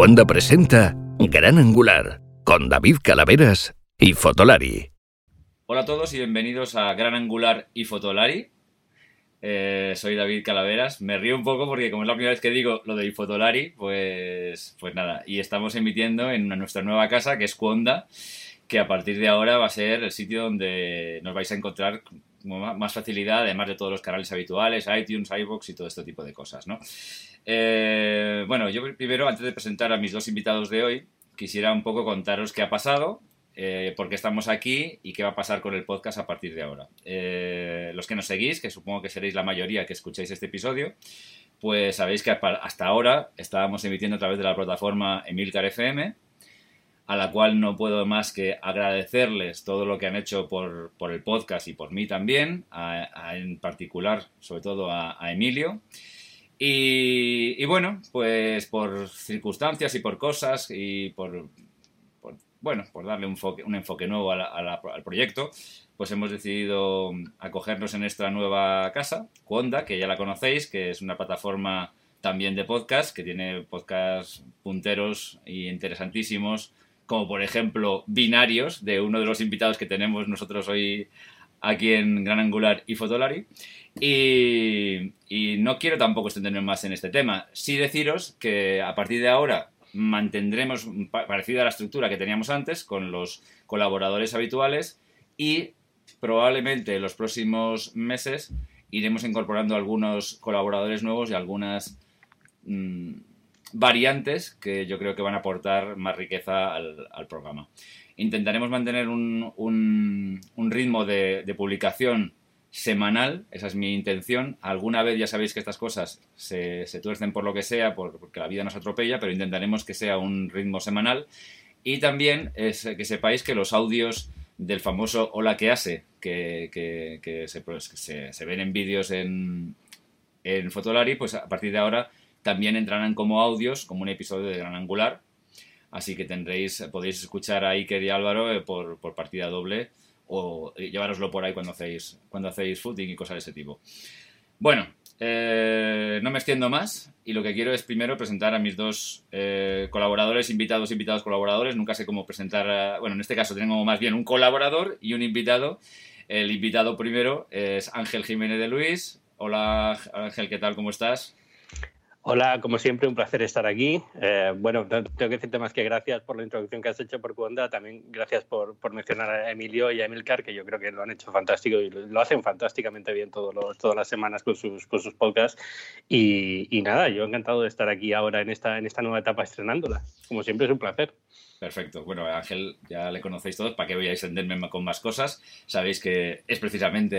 Wanda presenta Gran Angular con David Calaveras y Fotolari. Hola a todos y bienvenidos a Gran Angular y Fotolari. Soy David Calaveras. Me río un poco porque como es la primera vez que digo lo de Fotolari, pues nada. Y estamos emitiendo en nuestra nueva casa, que es Cuonda, que a partir de ahora va a ser el sitio donde nos vais a encontrar con más facilidad, además de todos los canales habituales, iTunes, iVoox y todo este tipo de cosas, ¿no? Bueno, yo primero, antes de presentar a mis dos invitados de hoy, quisiera un poco contaros qué ha pasado, por qué estamos aquí y qué va a pasar con el podcast a partir de ahora. Los que nos seguís, que supongo que seréis la mayoría que escucháis este episodio, pues sabéis que hasta ahora estábamos emitiendo a través de la plataforma Emilcar FM, a la cual no puedo más que agradecerles todo lo que han hecho por el podcast y por mí también, en particular, sobre todo a Emilio. Y bueno, pues por circunstancias y por cosas y por darle un enfoque nuevo al proyecto, pues hemos decidido acogernos en esta nueva casa, Cuonda, que ya la conocéis, que es una plataforma también de podcast, que tiene podcasts punteros y interesantísimos, como por ejemplo Binarios, de uno de los invitados que tenemos nosotros hoy aquí en Gran Angular y Fotolari. Y no quiero tampoco extenderme más en este tema. Sí deciros que a partir de ahora mantendremos parecida a la estructura que teníamos antes con los colaboradores habituales y probablemente en los próximos meses iremos incorporando algunos colaboradores nuevos y algunas variantes que yo creo que van a aportar más riqueza al programa. Intentaremos mantener un ritmo de publicación semanal, esa es mi intención. Alguna vez ya sabéis que estas cosas se tuercen por lo que sea, porque la vida nos atropella, pero intentaremos que sea un ritmo semanal. Y también que sepáis que los audios del famoso Hola que hace, que se ven en vídeos en Fotolari, pues a partir de ahora también entrarán como audios, como un episodio de Gran Angular. Así que podéis escuchar a Iker y Álvaro por partida doble o llevároslo por ahí cuando hacéis footing y cosas de ese tipo. Bueno, no me extiendo más y lo que quiero es primero presentar a mis dos colaboradores, invitados, colaboradores. Nunca sé cómo presentar, en este caso tengo más bien un colaborador y un invitado. El invitado primero es Ángel Jiménez de Luis. Hola Ángel, ¿qué tal? ¿Cómo estás? Hola, como siempre, un placer estar aquí. Tengo que decirte más que gracias por la introducción que has hecho por Cuonda. También gracias por mencionar a Emilio y a Emilcar, que yo creo que lo han hecho fantástico y lo hacen fantásticamente bien todas las semanas con sus podcasts. Y nada, yo encantado de estar aquí ahora en esta nueva etapa estrenándola. Como siempre, es un placer. Perfecto. Bueno, a Ángel ya le conocéis todos, ¿para qué voy a extenderme con más cosas? Sabéis que es precisamente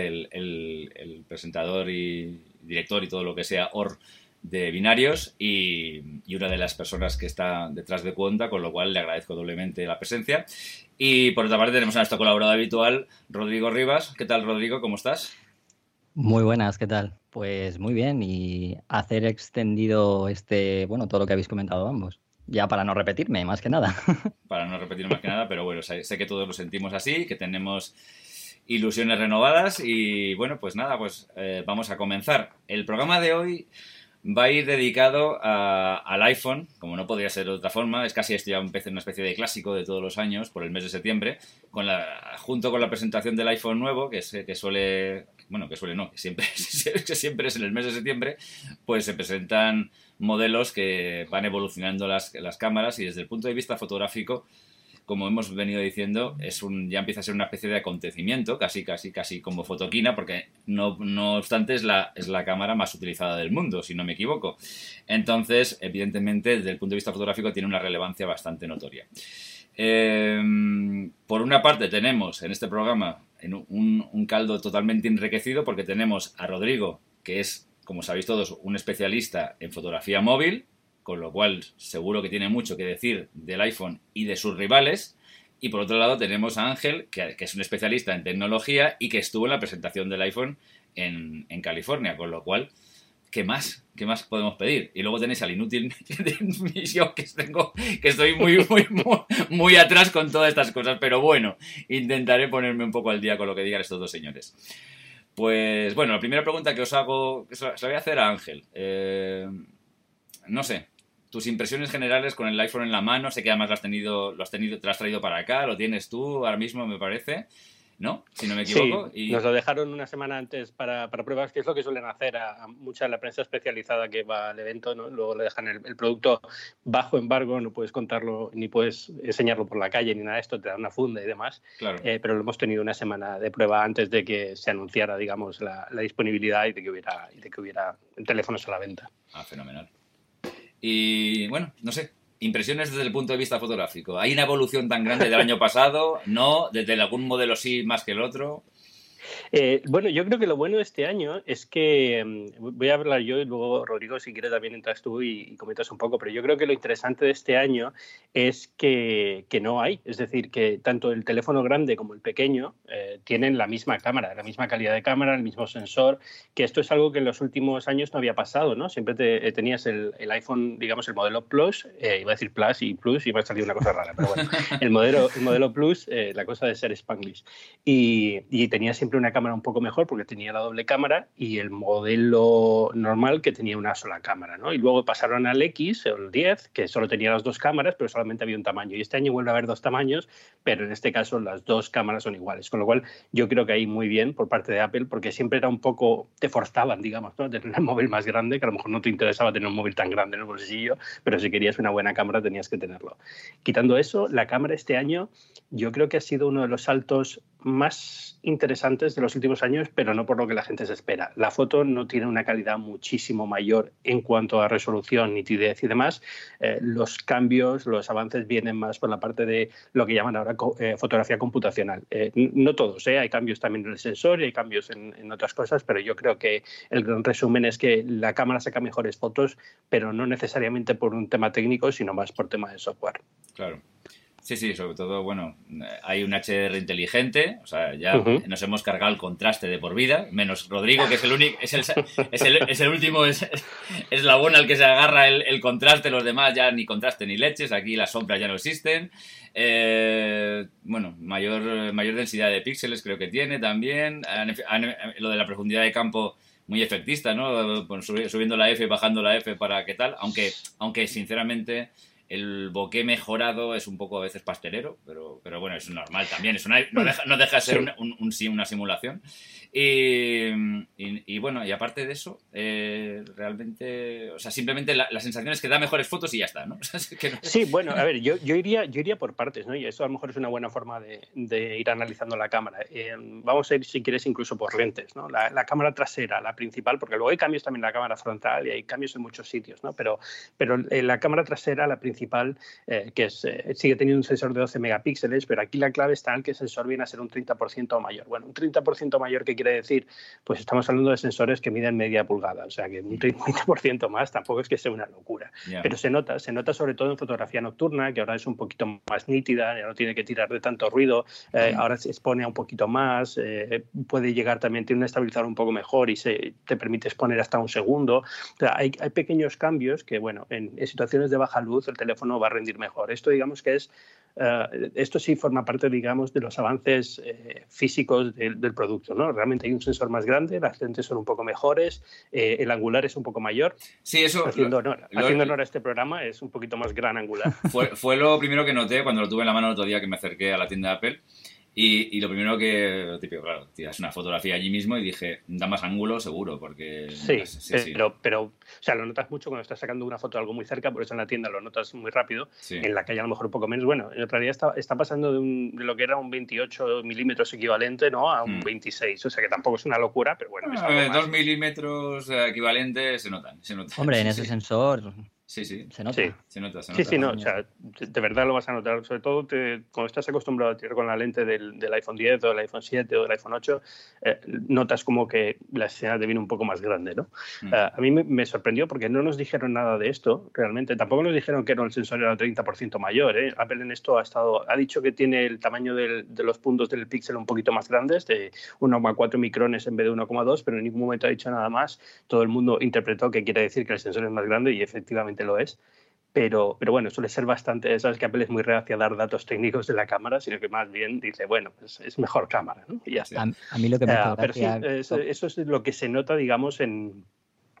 el presentador y director y todo lo que sea de Binarios y una de las personas que está detrás de Cuonda, con lo cual le agradezco doblemente la presencia. Y por otra parte tenemos a nuestro colaborador habitual, Rodrigo Rivas. ¿Qué tal, Rodrigo? ¿Cómo estás? Muy buenas, ¿qué tal? Pues muy bien, y hacer extendido todo lo que habéis comentado ambos. Ya para no repetirme, más que nada. Para no repetir más que nada, pero bueno, sé que todos lo sentimos así, que tenemos ilusiones renovadas y bueno, pues nada, vamos a comenzar. El programa de hoy va a ir dedicado al iPhone, como no podría ser de otra forma. Es casi esto ya una especie de clásico de todos los años, por el mes de septiembre, junto con la presentación del iPhone nuevo, que siempre es en el mes de septiembre, pues se presentan modelos que van evolucionando las cámaras y desde el punto de vista fotográfico, como hemos venido diciendo, ya empieza a ser una especie de acontecimiento, casi como fotoquina, porque no obstante es la cámara más utilizada del mundo, si no me equivoco. Entonces, evidentemente, desde el punto de vista fotográfico tiene una relevancia bastante notoria. Por una parte tenemos en este programa un caldo totalmente enriquecido, porque tenemos a Rodrigo, que es, como sabéis todos, un especialista en fotografía móvil, con lo cual seguro que tiene mucho que decir del iPhone y de sus rivales. Y por otro lado tenemos a Ángel, que es un especialista en tecnología y que estuvo en la presentación del iPhone en California, con lo cual, ¿qué más podemos pedir? Y luego tenéis al inútil de yo, que estoy muy atrás con todas estas cosas, pero bueno, intentaré ponerme un poco al día con lo que digan estos dos señores. Pues bueno, la primera pregunta que os hago, se la voy a hacer a Ángel. No sé, tus impresiones generales con el iPhone en la mano. Sé que además te lo has traído para acá, lo tienes tú ahora mismo, me parece, ¿no? Si no me equivoco. Sí, nos lo dejaron una semana antes para pruebas, que es lo que suelen hacer a mucha de la prensa especializada que va al evento, ¿no? Luego le dejan el producto bajo embargo, no puedes contarlo ni puedes enseñarlo por la calle ni nada de esto, te dan una funda y demás. Claro. Pero lo hemos tenido una semana de prueba antes de que se anunciara, digamos, la disponibilidad y de que hubiera teléfonos a la venta. Ah, fenomenal. Y bueno, no sé, impresiones desde el punto de vista fotográfico. ¿Hay una evolución tan grande del año pasado? ¿No? ¿Desde algún modelo sí más que el otro? Bueno, yo creo que lo bueno de este año es que, voy a hablar yo y luego Rodrigo, si quieres también entras tú y comentas un poco, pero yo creo que lo interesante de este año es que no hay, es decir, que tanto el teléfono grande como el pequeño tienen la misma cámara, la misma calidad de cámara, el mismo sensor, que esto es algo que en los últimos años no había pasado, ¿no? Siempre tenías el iPhone, digamos, el modelo Plus, iba a decir Plus y me ha salido una cosa rara, pero bueno, el modelo Plus, la cosa de ser Spanglish, y tenía siempre una cámara un poco mejor porque tenía la doble cámara, y el modelo normal que tenía una sola cámara, ¿no? Y luego pasaron al X, el 10, que solo tenía las dos cámaras, pero solamente había un tamaño. Y este año vuelve a haber dos tamaños, pero en este caso las dos cámaras son iguales. Con lo cual yo creo que ahí muy bien por parte de Apple, porque siempre era un poco, te forzaban, digamos, ¿no? Tener un móvil más grande, que a lo mejor no te interesaba tener un móvil tan grande en el bolsillo, pero si querías una buena cámara tenías que tenerlo. Quitando eso, la cámara este año yo creo que ha sido uno de los saltos más interesantes de los últimos años, pero no por lo que la gente se espera. La foto no tiene una calidad muchísimo mayor en cuanto a resolución, nitidez y demás. Los cambios, los avances vienen más por la parte de lo que llaman ahora fotografía computacional. No todos, hay cambios también en el sensor y hay cambios en otras cosas, pero yo creo que el gran resumen es que la cámara saca mejores fotos, pero no necesariamente por un tema técnico, sino más por tema de software. Claro. Sí, sobre todo, bueno, hay un HDR inteligente, o sea, ya nos hemos cargado el contraste de por vida, menos Rodrigo, que es el único, es el último eslabón al que se agarra el contraste, los demás ya ni contraste ni leches, aquí las sombras ya no existen. Bueno, mayor densidad de píxeles creo que tiene también, lo de la profundidad de campo muy efectista, ¿no? Subiendo la F, bajando la F para qué tal, aunque sinceramente el bokeh mejorado es un poco a veces pastelero, pero bueno, es normal también. No deja de ser una simulación. Y bueno, y aparte de eso, realmente, o sea, simplemente la sensación es que da mejores fotos y ya está, ¿no? O sea, Sí, bueno, a ver, yo iría por partes, ¿no? Y eso a lo mejor es una buena forma de ir analizando la cámara. Vamos a ir, si quieres, incluso por lentes, ¿no? La cámara trasera, la principal, porque luego hay cambios también en la cámara frontal y hay cambios en muchos sitios, ¿no? Pero la cámara trasera, la principal, sigue teniendo un sensor de 12 megapíxeles, pero aquí la clave está en que el sensor viene a ser un 30% mayor. Bueno, un 30% mayor, ¿qué quiere decir? Pues estamos hablando de sensores que miden media pulgada, o sea que un 30% más tampoco es que sea una locura. Yeah. Pero se nota sobre todo en fotografía nocturna, que ahora es un poquito más nítida, ya no tiene que tirar de tanto ruido, ahora se expone a un poquito más, puede llegar también, tiene un estabilizador un poco mejor y te permite exponer hasta un segundo. O sea, hay pequeños cambios que, bueno, en situaciones de baja luz el teléfono va a rendir mejor. Esto, digamos que esto sí forma parte, digamos, de los avances físicos del producto, ¿no? Realmente hay un sensor más grande, las lentes son un poco mejores, el angular es un poco mayor. Sí, eso... Haciendo honor a este programa, es un poquito más gran angular. Fue lo primero que noté cuando lo tuve en la mano el otro día que me acerqué a la tienda de Apple. Y lo primero que, típico, claro, tiras una fotografía allí mismo y dije, da más ángulo seguro, porque... Sí, pero o sea, lo notas mucho cuando estás sacando una foto de algo muy cerca, por eso en la tienda lo notas muy rápido, en la calle a lo mejor un poco menos. Bueno, en realidad está pasando de lo que era un 28 milímetros equivalente, ¿no? A un 26, o sea que tampoco es una locura, pero bueno. 2 milímetros equivalentes se notan. Hombre, en ese sensor... Sí. Se nota. Se nota. Sí, no, o sea, de verdad lo vas a notar. Sobre todo cuando estás acostumbrado a tirar con la lente del iPhone 10 o del iPhone 7 o del iPhone 8, notas como que la escena te viene un poco más grande, ¿no? A mí me sorprendió porque no nos dijeron nada de esto, realmente. Tampoco nos dijeron que el sensor era 30% mayor, ¿eh? Apple en esto ha dicho que tiene el tamaño de los puntos del píxel un poquito más grandes, de 1,4 micrones en vez de 1,2, pero en ningún momento ha dicho nada más. Todo el mundo interpretó que quiere decir que el sensor es más grande y efectivamente lo es, pero bueno, suele ser bastante, sabes que Apple es muy reacia a dar datos técnicos de la cámara, sino que más bien dice, bueno, pues es mejor cámara, ¿no? Y ya está. A mí lo que me hace gracia... Pero sí, eso es lo que se nota, digamos, en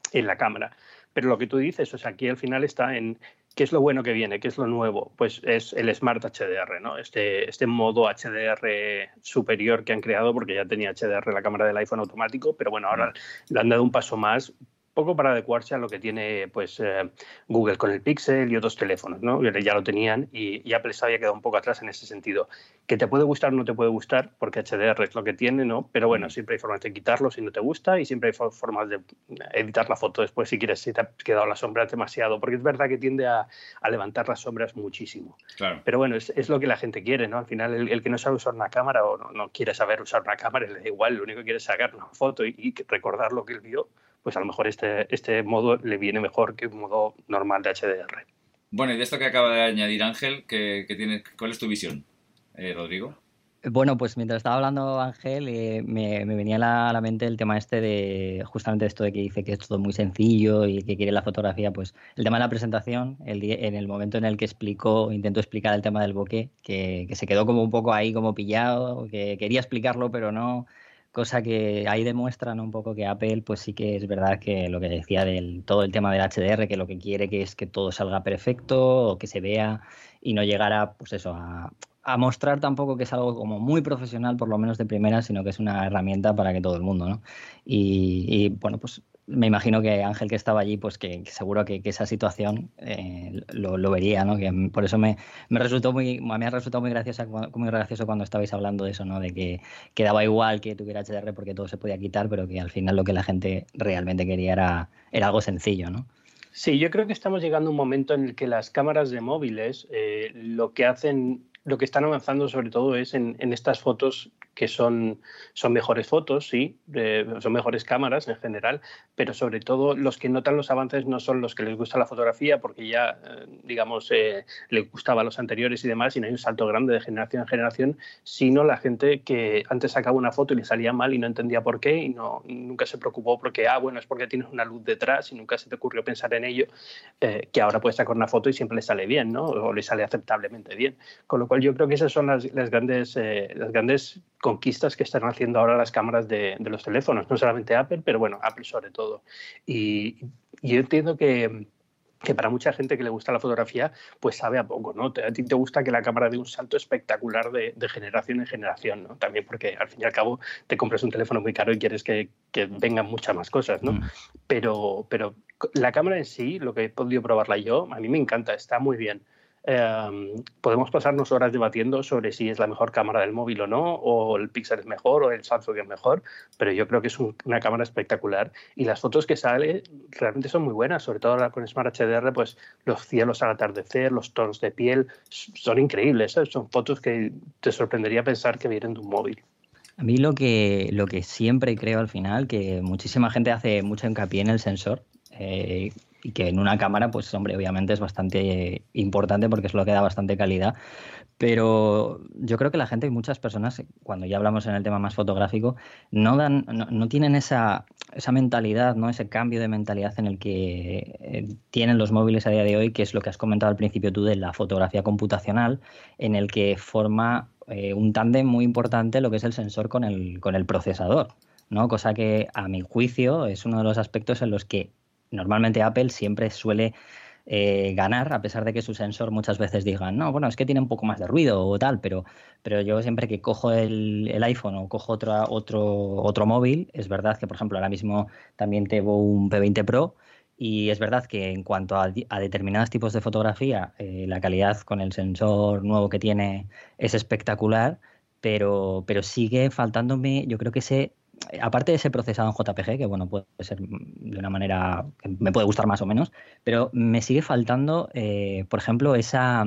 en la cámara. Pero lo que tú dices, o sea, aquí al final está en qué es lo bueno que viene, qué es lo nuevo. Pues es el Smart HDR, ¿no? Este modo HDR superior que han creado, porque ya tenía HDR la cámara del iPhone automático, pero bueno, ahora le han dado un paso más, poco para adecuarse a lo que tiene pues Google con el Pixel y otros teléfonos, ¿no? Ya lo tenían y Apple se había quedado un poco atrás en ese sentido. Que te puede gustar o no te puede gustar, porque HDR es lo que tiene, ¿no? Pero bueno, siempre hay formas de quitarlo si no te gusta y siempre hay formas de editar la foto después si quieres, si te ha quedado la sombra demasiado, porque es verdad que tiende a levantar las sombras muchísimo. Claro. Pero bueno, es lo que la gente quiere, ¿no? Al final el que no sabe usar una cámara o no quiere saber usar una cámara, le da igual, lo único que quiere es sacar una foto y recordar lo que él vio, pues a lo mejor este modo le viene mejor que un modo normal de HDR. Bueno, y de esto que acaba de añadir Ángel, ¿cuál es tu visión, Rodrigo? Bueno, pues mientras estaba hablando Ángel, me venía a la mente el tema este de justamente esto de que dice que es todo muy sencillo y que quiere la fotografía, pues el tema de la presentación, en el momento en el que intentó explicar el tema del bokeh, que se quedó como un poco ahí como pillado, que quería explicarlo pero no, cosa que ahí demuestra, ¿no? Un poco que Apple pues sí que es verdad que lo que decía del todo el tema del HDR, que lo que quiere que es que todo salga perfecto o que se vea y no llegar a, pues eso, a mostrar tampoco que es algo como muy profesional, por lo menos de primera, sino que es una herramienta para que todo el mundo, ¿no? Y bueno, pues me imagino que Ángel, que estaba allí, pues que seguro que esa situación lo vería, ¿no? Que por eso me ha resultado muy gracioso cuando estabais hablando de eso, ¿no? De que daba igual que tuviera HDR porque todo se podía quitar, pero que al final lo que la gente realmente quería era algo sencillo, ¿no? Sí, yo creo que estamos llegando a un momento en el que las cámaras de móviles lo que están avanzando sobre todo es en estas fotos que son mejores fotos, sí, son mejores cámaras en general, pero sobre todo los que notan los avances no son los que les gusta la fotografía porque ya, digamos, les gustaba a los anteriores y demás y no hay un salto grande de generación en generación, sino la gente que antes sacaba una foto y le salía mal y no entendía por qué y nunca se preocupó porque, bueno, es porque tienes una luz detrás y nunca se te ocurrió pensar en ello, que ahora puedes sacar una foto y siempre le sale bien, ¿no? O le sale aceptablemente bien. Con lo cual yo creo que esas son las grandes conquistas que están haciendo ahora las cámaras de los teléfonos, no solamente Apple, pero bueno, Apple sobre todo. Y yo entiendo que para mucha gente que le gusta la fotografía, pues sabe a poco, ¿no? A ti te gusta que la cámara dé un salto espectacular de generación en generación, ¿no? También porque al fin y al cabo te compras un teléfono muy caro y quieres que vengan muchas más cosas, ¿no? Pero la cámara en sí, lo que he podido probarla yo, a mí me encanta, está muy bien. Podemos pasarnos horas debatiendo sobre si es la mejor cámara del móvil o no, o el Pixel es mejor o el Samsung es mejor, pero yo creo que es una cámara espectacular y las fotos que sale realmente son muy buenas, sobre todo ahora con Smart HDR, pues los cielos al atardecer, los tonos de piel son increíbles, ¿sabes? Son fotos que te sorprendería pensar que vienen de un móvil. A mí lo que siempre creo al final, que muchísima gente hace mucho hincapié en el sensor, y que en una cámara, pues hombre, obviamente es bastante importante porque es lo que da bastante calidad, pero yo creo que la gente y muchas personas, cuando ya hablamos en el tema más fotográfico, no tienen esa mentalidad, ¿no? Ese cambio de mentalidad en el que tienen los móviles a día de hoy, que es lo que has comentado al principio tú de la fotografía computacional, en el que forma un tándem muy importante lo que es el sensor con el procesador, ¿no? Cosa que, a mi juicio, es uno de los aspectos en los que normalmente Apple siempre suele ganar, a pesar de que su sensor muchas veces digan, no, bueno, es que tiene un poco más de ruido o tal, pero yo siempre que cojo el iPhone o cojo otro móvil, es verdad que, por ejemplo, ahora mismo también tengo un P20 Pro y es verdad que en cuanto a determinados tipos de fotografía, la calidad con el sensor nuevo que tiene es espectacular, pero sigue faltándome, yo creo que aparte de ese procesado en JPG, que bueno, puede ser de una manera que me puede gustar más o menos, pero me sigue faltando, por ejemplo, esa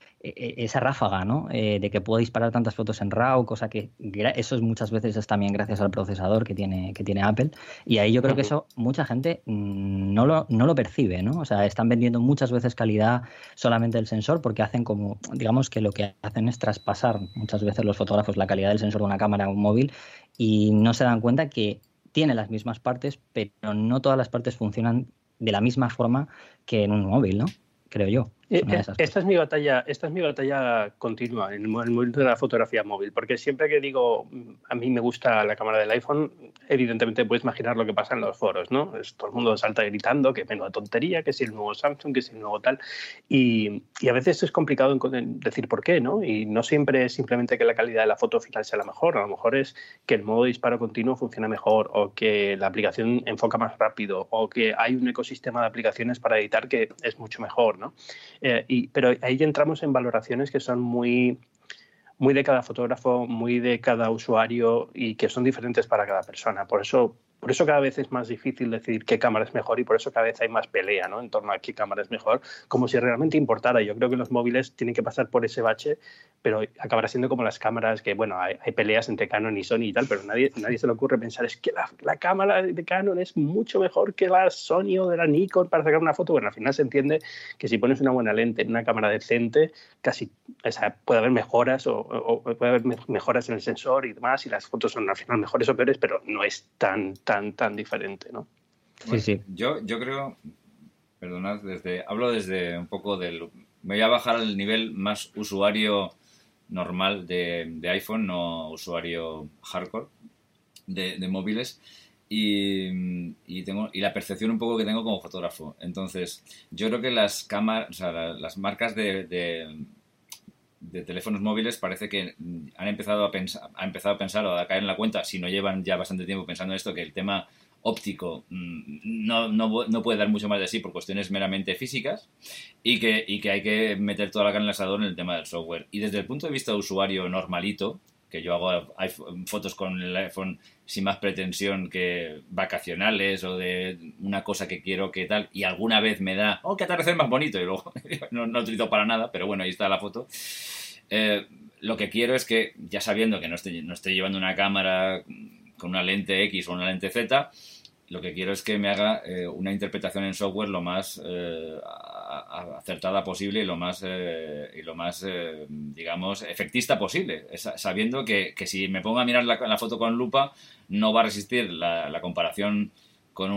ráfaga, ¿no? De que puedo disparar tantas fotos en RAW, cosa que eso muchas veces es también gracias al procesador que tiene Apple, y ahí yo creo que eso mucha gente no lo percibe, ¿no? O sea, están vendiendo muchas veces calidad solamente del sensor porque hacen como, digamos que lo que hacen es traspasar muchas veces los fotógrafos la calidad del sensor de una cámara a un móvil y no se dan cuenta que tiene las mismas partes, pero no todas las partes funcionan de la misma forma que en un móvil, ¿no? Creo yo. Una de esas Esta es mi batalla continua en el mundo de la fotografía móvil, porque siempre que digo a mí me gusta la cámara del iPhone, evidentemente puedes imaginar lo que pasa en los foros, ¿no? Todo el mundo salta gritando que menuda tontería, que si el nuevo Samsung, que si el nuevo tal, y a veces es complicado en decir por qué, ¿no? Y no siempre es simplemente que la calidad de la foto final sea la mejor, a lo mejor es que el modo disparo continuo funciona mejor, o que la aplicación enfoca más rápido, o que hay un ecosistema de aplicaciones para editar que es mucho mejor, ¿no? Pero ahí entramos en valoraciones que son muy de cada fotógrafo, muy de cada usuario y que son diferentes para cada persona. Por eso cada vez es más difícil decidir qué cámara es mejor y por eso cada vez hay más pelea, ¿no? En torno a qué cámara es mejor, como si realmente importara. Yo creo que los móviles tienen que pasar por ese bache, pero acabará siendo como las cámaras que, bueno, hay peleas entre Canon y Sony y tal, pero nadie se le ocurre pensar es que la cámara de Canon es mucho mejor que la Sony o de la Nikon para sacar una foto. Bueno, al final se entiende que si pones una buena lente en una cámara decente, casi, o sea, puede haber mejoras o puede haber mejoras en el sensor y demás, y las fotos son al final mejores o peores, pero no es tan diferente, ¿no? Bueno, Sí. Yo creo, perdonad, hablo desde un poco del... Me voy a bajar al nivel más usuario normal de iPhone, no usuario hardcore de móviles. Y la percepción un poco que tengo como fotógrafo. Entonces, yo creo que las cámaras, o sea, las marcas de teléfonos móviles parece que han empezado a pensar o a caer en la cuenta, si no llevan ya bastante tiempo pensando en esto, que el tema óptico no puede dar mucho más de sí por cuestiones meramente físicas y que hay que meter toda la carne en el asador en el tema del software. Y desde el punto de vista de usuario normalito, que yo hago fotos con el iPhone sin más pretensión que vacacionales o de una cosa que quiero que tal, y alguna vez me da, qué atardecer más bonito, y luego no utilizo para nada, pero bueno, ahí está la foto. Lo que quiero es que, ya sabiendo que no estoy llevando una cámara con una lente X o una lente Z, lo que quiero es que me haga una interpretación en software lo más acertada posible y lo más digamos, efectista posible, sabiendo que si me pongo a mirar la foto con lupa no va a resistir la comparación con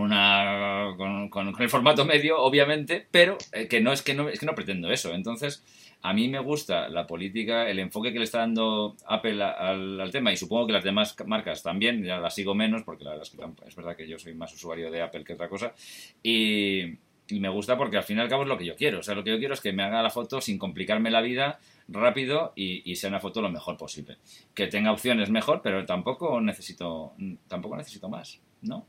el formato medio, obviamente, pero que no pretendo eso. Entonces, a mí me gusta la política, el enfoque que le está dando Apple al tema, y supongo que las demás marcas también, ya las sigo menos, porque la verdad es verdad que yo soy más usuario de Apple que otra cosa, y me gusta porque al fin y al cabo es lo que yo quiero. O sea, lo que yo quiero es que me haga la foto sin complicarme la vida, rápido, y sea una foto lo mejor posible. Que tenga opciones mejor, pero tampoco necesito más, ¿no?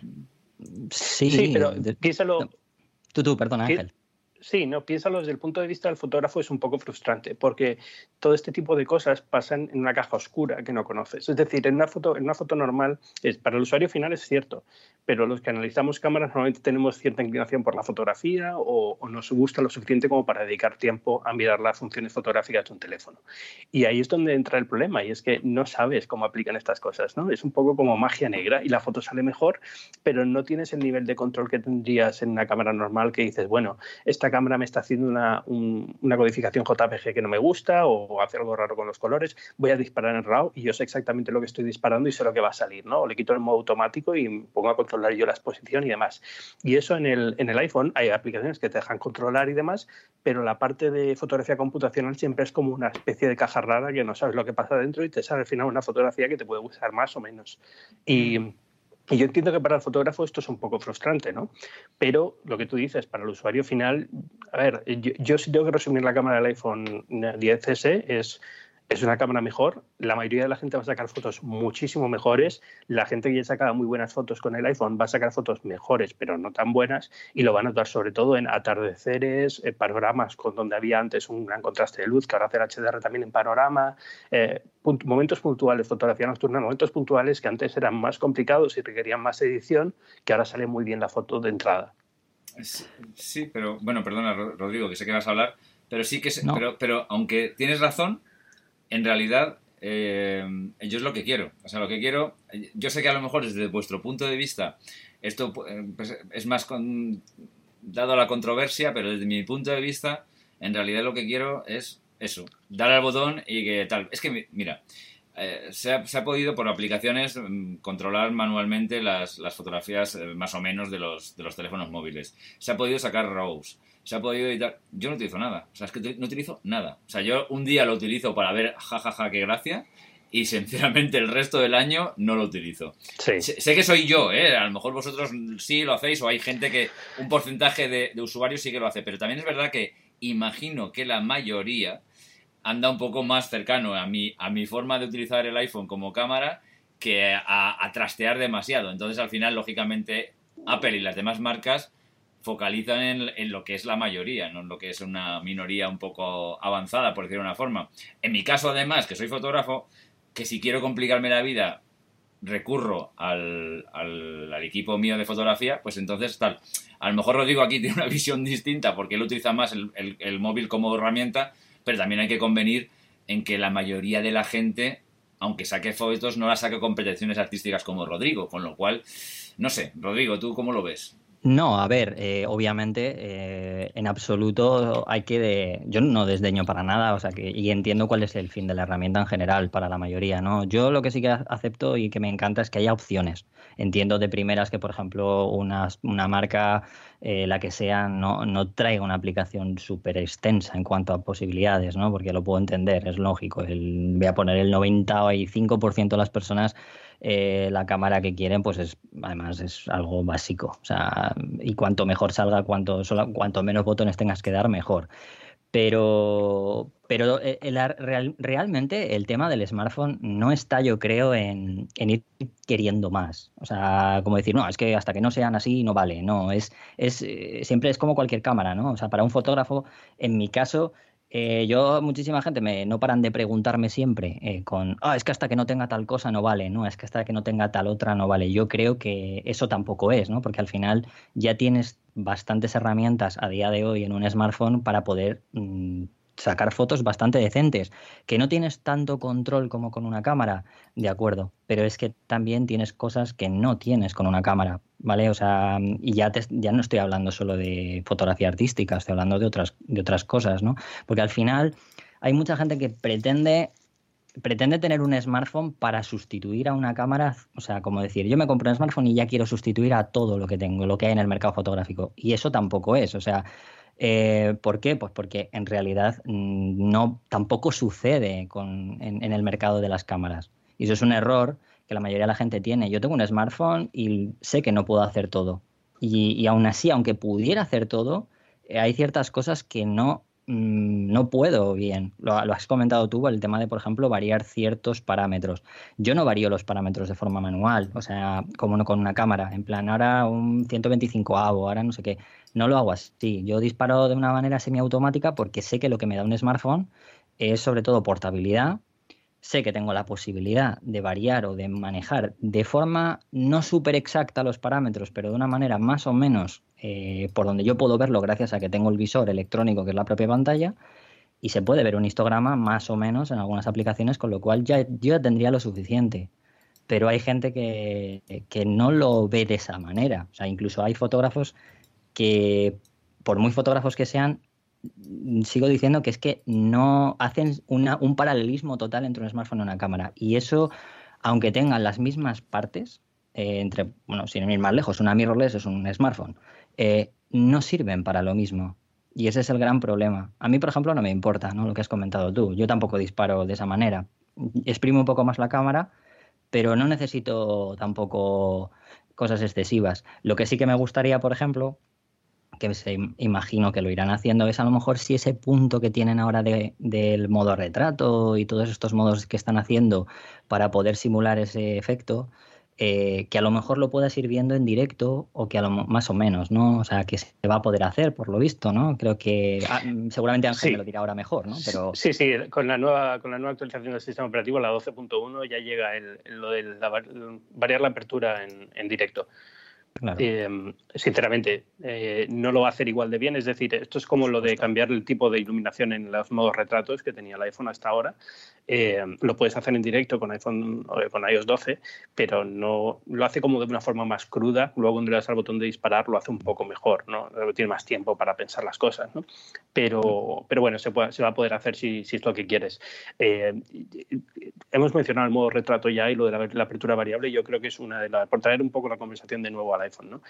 Sí, pero piénsalo... Tú, perdona, Ángel. Sí, no, piénsalo desde el punto de vista del fotógrafo, es un poco frustrante porque todo este tipo de cosas pasan en una caja oscura que no conoces. Es decir, en una foto normal, para el usuario final es cierto, pero los que analizamos cámaras normalmente tenemos cierta inclinación por la fotografía o nos gusta lo suficiente como para dedicar tiempo a mirar las funciones fotográficas de un teléfono. Y ahí es donde entra el problema, y es que no sabes cómo aplican estas cosas, ¿no? Es un poco como magia negra y la foto sale mejor, pero no tienes el nivel de control que tendrías en una cámara normal, que dices, bueno, esta cámara me está haciendo una codificación JPG que no me gusta o hace algo raro con los colores, voy a disparar en RAW y yo sé exactamente lo que estoy disparando y sé lo que va a salir, ¿no? O le quito el modo automático y me pongo a controlar yo la exposición y demás. Y eso en el iPhone hay aplicaciones que te dejan controlar y demás, pero la parte de fotografía computacional siempre es como una especie de caja rara que no sabes lo que pasa dentro y te sale al final una fotografía que te puede gustar más o menos. Y yo entiendo que para el fotógrafo esto es un poco frustrante, ¿no? Pero lo que tú dices, para el usuario final, a ver, yo si tengo que resumir la cámara del iPhone 10S es una cámara mejor. La mayoría de la gente va a sacar fotos muchísimo mejores. La gente que ya saca muy buenas fotos con el iPhone va a sacar fotos mejores, pero no tan buenas, y lo van a notar sobre todo en atardeceres, panoramas con donde había antes un gran contraste de luz, que ahora hace el HDR también en panorama, momentos puntuales, fotografía nocturna, momentos puntuales que antes eran más complicados y requerían más edición, que ahora sale muy bien la foto de entrada. Sí, pero bueno, perdona, Rodrigo, que sé que vas a hablar, pero sí que No. pero aunque tienes razón, en realidad yo es lo que quiero. O sea, lo que quiero, yo sé que a lo mejor desde vuestro punto de vista esto pues, es más dado a la controversia, pero desde mi punto de vista, en realidad lo que quiero es eso, dar al botón y que tal. Es que, mira, se ha podido por aplicaciones controlar manualmente las fotografías más o menos de los teléfonos móviles. Se ha podido sacar RAWs. Se ha podido editar. Yo no utilizo nada. O sea, es que no utilizo nada. O sea, yo un día lo utilizo para ver jajaja qué gracia y sinceramente el resto del año no lo utilizo. Sí. Sé que soy yo, ¿eh? A lo mejor vosotros sí lo hacéis o hay gente que un porcentaje de usuarios sí que lo hace, pero también es verdad que imagino que la mayoría anda un poco más cercano a mi forma de utilizar el iPhone como cámara que a trastear demasiado. Entonces, al final, lógicamente, Apple y las demás marcas focalizan en lo que es la mayoría, no en lo que es una minoría un poco avanzada, por decirlo de una forma. En mi caso, además, que soy fotógrafo, que si quiero complicarme la vida recurro al equipo mío de fotografía, pues entonces tal. A lo mejor Rodrigo aquí tiene una visión distinta porque él utiliza más el móvil como herramienta, pero también hay que convenir en que la mayoría de la gente, aunque saque fotos, no la saque con pretensiones artísticas como Rodrigo, con lo cual, no sé, Rodrigo, ¿tú cómo lo ves? No, a ver, obviamente, en absoluto yo no desdeño para nada, o sea, y entiendo cuál es el fin de la herramienta en general para la mayoría, ¿no? Yo lo que sí que acepto y que me encanta es que haya opciones. Entiendo de primeras que, por ejemplo, una marca, la que sea, no traiga una aplicación súper extensa en cuanto a posibilidades, ¿no? Porque lo puedo entender, es lógico. Voy a poner el 95% de las personas la cámara que quieren, pues además es algo básico. O sea, y cuanto mejor salga, cuanto menos botones tengas que dar, mejor. Pero realmente el tema del smartphone no está, yo creo, en ir queriendo más. O sea, como decir, no, es que hasta que no sean así no vale. No, siempre es como cualquier cámara, ¿no? O sea, para un fotógrafo, en mi caso, muchísima gente no paran de preguntarme siempre es que hasta que no tenga tal cosa no vale, no, es que hasta que no tenga tal otra no vale. Yo creo que eso tampoco es, ¿no? Porque al final ya tienes bastantes herramientas a día de hoy en un smartphone para poder sacar fotos bastante decentes. Que no tienes tanto control como con una cámara, de acuerdo, pero es que también tienes cosas que no tienes con una cámara, ¿vale? O sea, y ya no estoy hablando solo de fotografía artística, estoy hablando de otras cosas, ¿no? Porque al final hay mucha gente que pretende tener un smartphone para sustituir a una cámara, o sea, como decir, yo me compro un smartphone y ya quiero sustituir a todo lo que tengo, lo que hay en el mercado fotográfico. Y eso tampoco es, o sea, ¿por qué? Pues porque en realidad tampoco sucede en el mercado de las cámaras. Y eso es un error que la mayoría de la gente tiene. Yo tengo un smartphone y sé que no puedo hacer todo. Y aún así, aunque pudiera hacer todo, hay ciertas cosas que no puedo bien. Lo has comentado tú, el tema de, por ejemplo, variar ciertos parámetros. Yo no varío los parámetros de forma manual, o sea, como no con una cámara. En plan, ahora un 125avo, ahora no sé qué. No lo hago así. Yo disparo de una manera semiautomática porque sé que lo que me da un smartphone es sobre todo portabilidad. Sé que tengo la posibilidad de variar o de manejar de forma no súper exacta los parámetros, pero de una manera más o menos por donde yo puedo verlo gracias a que tengo el visor electrónico, que es la propia pantalla, y se puede ver un histograma más o menos en algunas aplicaciones, con lo cual yo ya tendría lo suficiente. Pero hay gente que no lo ve de esa manera. O sea, incluso hay fotógrafos que, por muy fotógrafos que sean, sigo diciendo que es que no hacen un paralelismo total entre un smartphone y una cámara. Y eso, aunque tengan las mismas partes, sin ir más lejos, una mirrorless es un smartphone, no sirven para lo mismo. Y ese es el gran problema. A mí, por ejemplo, no me importa, ¿no? Lo que has comentado tú. Yo tampoco disparo de esa manera. Exprimo un poco más la cámara, pero no necesito tampoco cosas excesivas. Lo que sí que me gustaría, por ejemplo, que imagino que lo irán haciendo, es a lo mejor si ese punto que tienen ahora del modo retrato y todos estos modos que están haciendo para poder simular ese efecto, que a lo mejor lo puedas ir viendo en directo o que más o menos, ¿no? O sea, que se va a poder hacer, por lo visto, ¿no? Creo que seguramente Ángel me lo dirá ahora mejor, ¿no? Pero... Sí, con la nueva actualización del sistema operativo, la 12.1, ya llega lo de variar la apertura en directo. Claro. Sinceramente, no lo va a hacer igual de bien. Es decir, esto es como lo de cambiar el tipo de iluminación en los modos retratos que tenía el iPhone hasta ahora. Lo puedes hacer en directo con iPhone o con iOS 12, pero no lo hace como de una forma más cruda. Luego, cuando le das al botón de disparar, lo hace un poco mejor, ¿no? Tiene más tiempo para pensar las cosas, ¿no? Pero bueno, se va a poder hacer si es lo que quieres. Hemos mencionado el modo retrato ya y lo de la apertura variable. Yo creo que es una de las, por traer un poco la conversación de nuevo al iPhone, ¿no?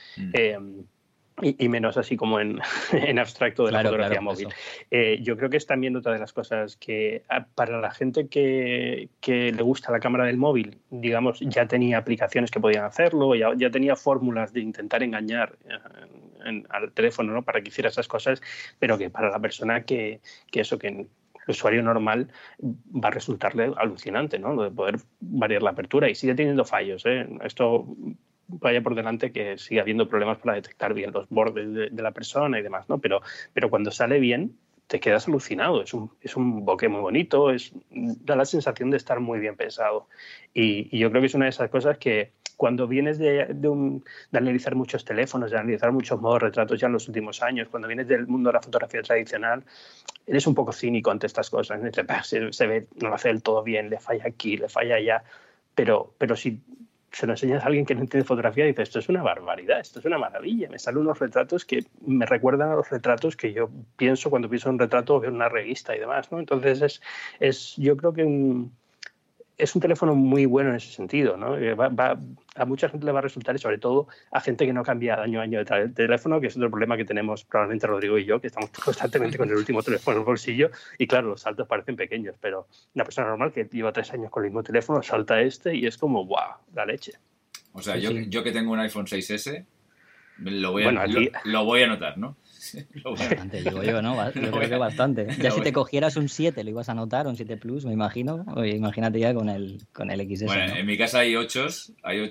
Y menos así como en abstracto de la fotografía móvil. Yo creo que es también otra de las cosas que para la gente que le gusta la cámara del móvil, digamos, ya tenía aplicaciones que podían hacerlo, ya tenía fórmulas de intentar engañar al teléfono, ¿no? Para que hiciera esas cosas, pero que para la persona que el usuario normal va a resultarle alucinante, ¿no? Lo de poder variar la apertura, y sigue teniendo fallos, ¿eh? Esto vaya por delante que sigue habiendo problemas para detectar bien los bordes de la persona y demás, ¿no? Pero cuando sale bien, te quedas alucinado. Es un bokeh muy bonito, da la sensación de estar muy bien pensado. Y yo creo que es una de esas cosas que cuando vienes de analizar muchos teléfonos, de analizar muchos modos retratos ya en los últimos años, cuando vienes del mundo de la fotografía tradicional, eres un poco cínico ante estas cosas. Se ve, no lo hace del todo bien, le falla aquí, le falla allá. Pero si se lo enseñas a alguien que no entiende fotografía, y dice, esto es una barbaridad, esto es una maravilla. Me salen unos retratos que me recuerdan a los retratos que yo pienso cuando pienso en un retrato o veo una revista y demás, ¿no? Entonces, yo creo que es un teléfono muy bueno en ese sentido, ¿no? A mucha gente le va a resultar, y sobre todo a gente que no cambia año a año de teléfono, que es otro problema que tenemos probablemente Rodrigo y yo, que estamos constantemente con el último teléfono en el bolsillo, y claro, los saltos parecen pequeños, pero una persona normal que lleva 3 años con el mismo teléfono salta y es como, ¡guau!, la leche. O sea, yo que tengo un iPhone 6S, lo voy a notar, ¿no? Bastante, digo yo, ¿no? Yo creo que bastante. Ya si te cogieras un 7 lo ibas a notar, un 7 Plus, me imagino. Oye, imagínate ya con el XS. Bueno, ¿no? en mi casa hay 8s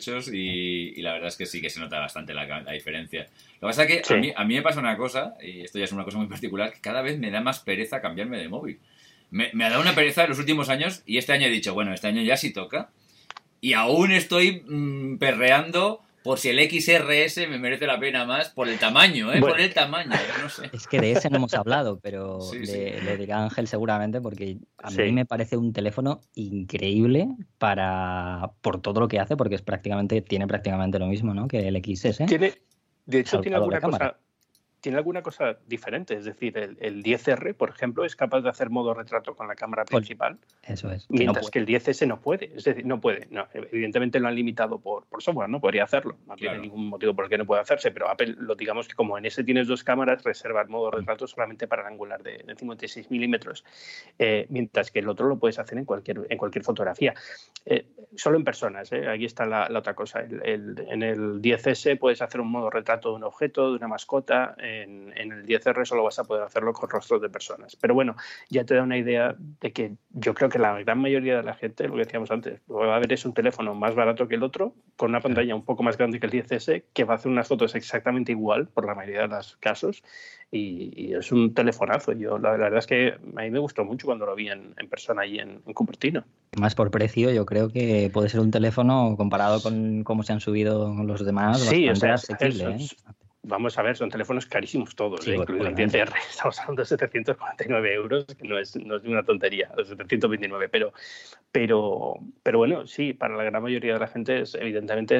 y la verdad es que sí que se nota bastante la diferencia. Lo que pasa es que sí, a mí me pasa una cosa, y esto ya es una cosa muy particular, que cada vez me da más pereza cambiarme de móvil. Me ha dado una pereza en los últimos años, y este año he dicho, bueno, este año ya sí toca, y aún estoy perreando por si el XRS me merece la pena más por el tamaño, bueno, por el tamaño, no sé. Es que de ese no hemos hablado, pero sí. Le dirá Ángel seguramente, porque a mí me parece un teléfono increíble por todo lo que hace, porque tiene prácticamente lo mismo, ¿no?, que el XS. De hecho, tiene alguna cosa diferente. Es decir, el 10R, por ejemplo, es capaz de hacer modo retrato con la cámara principal. Eso es. Mientras que el 10S no puede. Es decir, no puede. No, evidentemente lo han limitado por software, ¿no? Podría hacerlo. No tiene ningún motivo por el que no pueda hacerse, pero Apple, digamos que como en ese tienes 2 cámaras, reserva el modo retrato solamente para el angular de 56 milímetros, mientras que el otro lo puedes hacer en cualquier fotografía. Solo en personas, ¿eh? Aquí está la otra cosa. En el 10S puedes hacer un modo retrato de un objeto, de una mascota. En el 10R solo vas a poder hacerlo con rostros de personas. Pero bueno, ya te da una idea de que yo creo que la gran mayoría de la gente, lo que decíamos antes, lo que va a ver es un teléfono más barato que el otro, con una pantalla un poco más grande que el 10S, que va a hacer unas fotos exactamente igual por la mayoría de los casos, y es un telefonazo. La verdad es que a mí me gustó mucho cuando lo vi en persona allí en Cupertino. Más por precio, yo creo que puede ser un teléfono, comparado con cómo se han subido los demás, sí, bastante asequible, ¿eh? Vamos a ver, son teléfonos carísimos todos, incluido el 10R. Estamos hablando de 749 euros, que no es una tontería, de 729, pero bueno, sí, para la gran mayoría de la gente evidentemente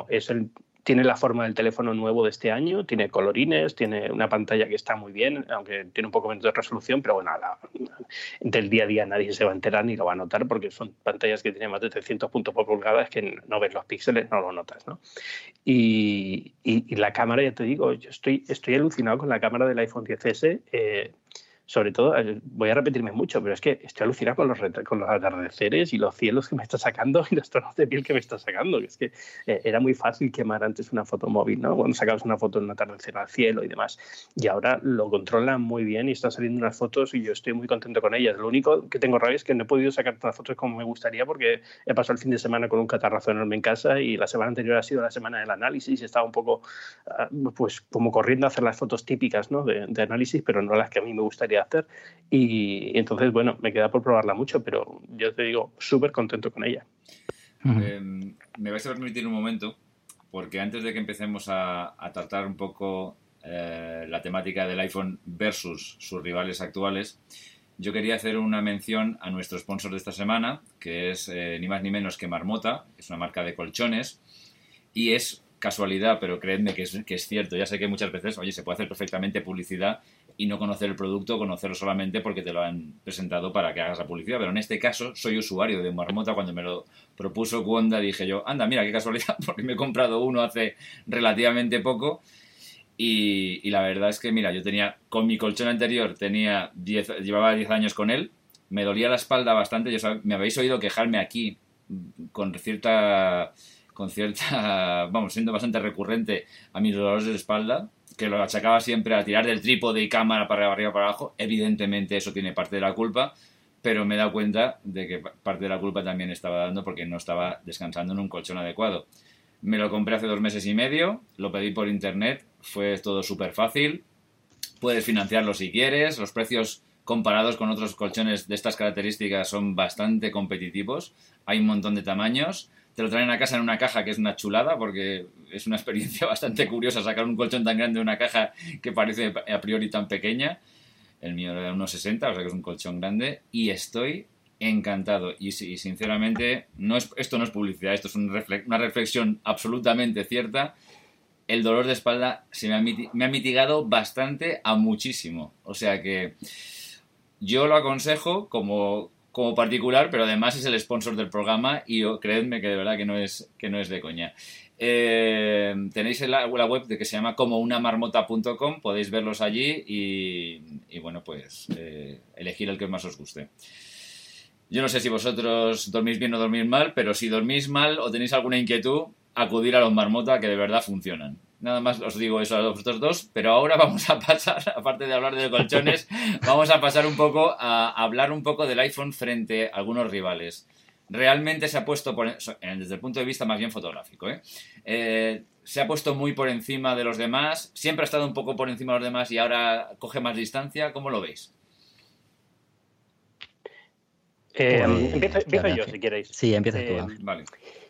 tiene la forma del teléfono nuevo de este año, tiene colorines, tiene una pantalla que está muy bien, aunque tiene un poco menos de resolución, pero bueno, del día a día nadie se va a enterar ni lo va a notar, porque son pantallas que tienen más de 300 puntos por pulgada, que no ves los píxeles, no lo notas, ¿no? Y la cámara, ya te digo, yo estoy alucinado con la cámara del iPhone XS. Sobre todo, voy a repetirme mucho, pero es que estoy alucinado con los atardeceres y los cielos que me está sacando y los tonos de piel que me está sacando. Es que era muy fácil quemar antes una foto móvil, ¿no? Cuando sacabas una foto de un atardecer al cielo y demás. Y ahora lo controlan muy bien y están saliendo unas fotos y yo estoy muy contento con ellas. Lo único que tengo rabia es que no he podido sacar tantas fotos como me gustaría, porque he pasado el fin de semana con un catarrazo enorme en casa, y la semana anterior ha sido la semana del análisis y estaba un poco pues como corriendo a hacer las fotos típicas, ¿no?, de análisis, pero no las que a mí me gustaría hacer, y entonces, bueno, me queda por probarla mucho, pero yo te digo, súper contento con ella. Me vais a permitir un momento, porque antes de que empecemos a tratar un poco la temática del iPhone versus sus rivales actuales, yo quería hacer una mención a nuestro sponsor de esta semana, que es ni más ni menos que Marmota, que es una marca de colchones, y es casualidad, pero creedme que es cierto. Ya sé que muchas veces, oye, se puede hacer perfectamente publicidad y no conocer el producto, conocerlo solamente porque te lo han presentado para que hagas la publicidad, pero en este caso soy usuario de Marmota. Cuando me lo propuso Wanda dije yo, anda, mira, qué casualidad, porque me he comprado uno hace relativamente poco. Y la verdad es que, mira, yo tenía, con mi colchón anterior, llevaba 10 años con él, me dolía la espalda bastante, me habéis oído quejarme aquí con cierta, vamos, siendo bastante recurrente a mis dolores de espalda, que lo achacaba siempre a tirar del trípode y cámara para arriba para abajo. Evidentemente eso tiene parte de la culpa, pero me he dado cuenta de que parte de la culpa también estaba dando porque no estaba descansando en un colchón adecuado. Me lo compré hace 2 meses y medio, lo pedí por internet, fue todo súper fácil, puedes financiarlo si quieres, los precios comparados con otros colchones de estas características son bastante competitivos, hay un montón de tamaños, te lo traen a casa en una caja que es una chulada porque es una experiencia bastante curiosa sacar un colchón tan grande de una caja que parece a priori tan pequeña. El mío era 1,60, o sea que es un colchón grande, y estoy encantado. Y sinceramente, esto no es publicidad, esto es una reflexión absolutamente cierta. El dolor de espalda me ha mitigado bastante a muchísimo. O sea que yo lo aconsejo como particular, pero además es el sponsor del programa y creedme que de verdad que no es de coña. Tenéis la web de que se llama comounamarmota.com, podéis verlos allí y bueno, pues elegir el que más os guste. Yo no sé si vosotros dormís bien o dormís mal, pero si dormís mal o tenéis alguna inquietud, acudir a los Marmota, que de verdad funcionan. Nada más os digo eso a vosotros dos, pero ahora vamos a pasar, aparte de hablar de colchones, vamos a pasar un poco a hablar un poco del iPhone frente a algunos rivales. Realmente se ha puesto, desde el punto de vista más bien fotográfico, se ha puesto muy por encima de los demás, siempre ha estado un poco por encima de los demás y ahora coge más distancia. ¿Cómo lo veis? Empiezo yo, si queréis. Sí, empiezas tú. Vale.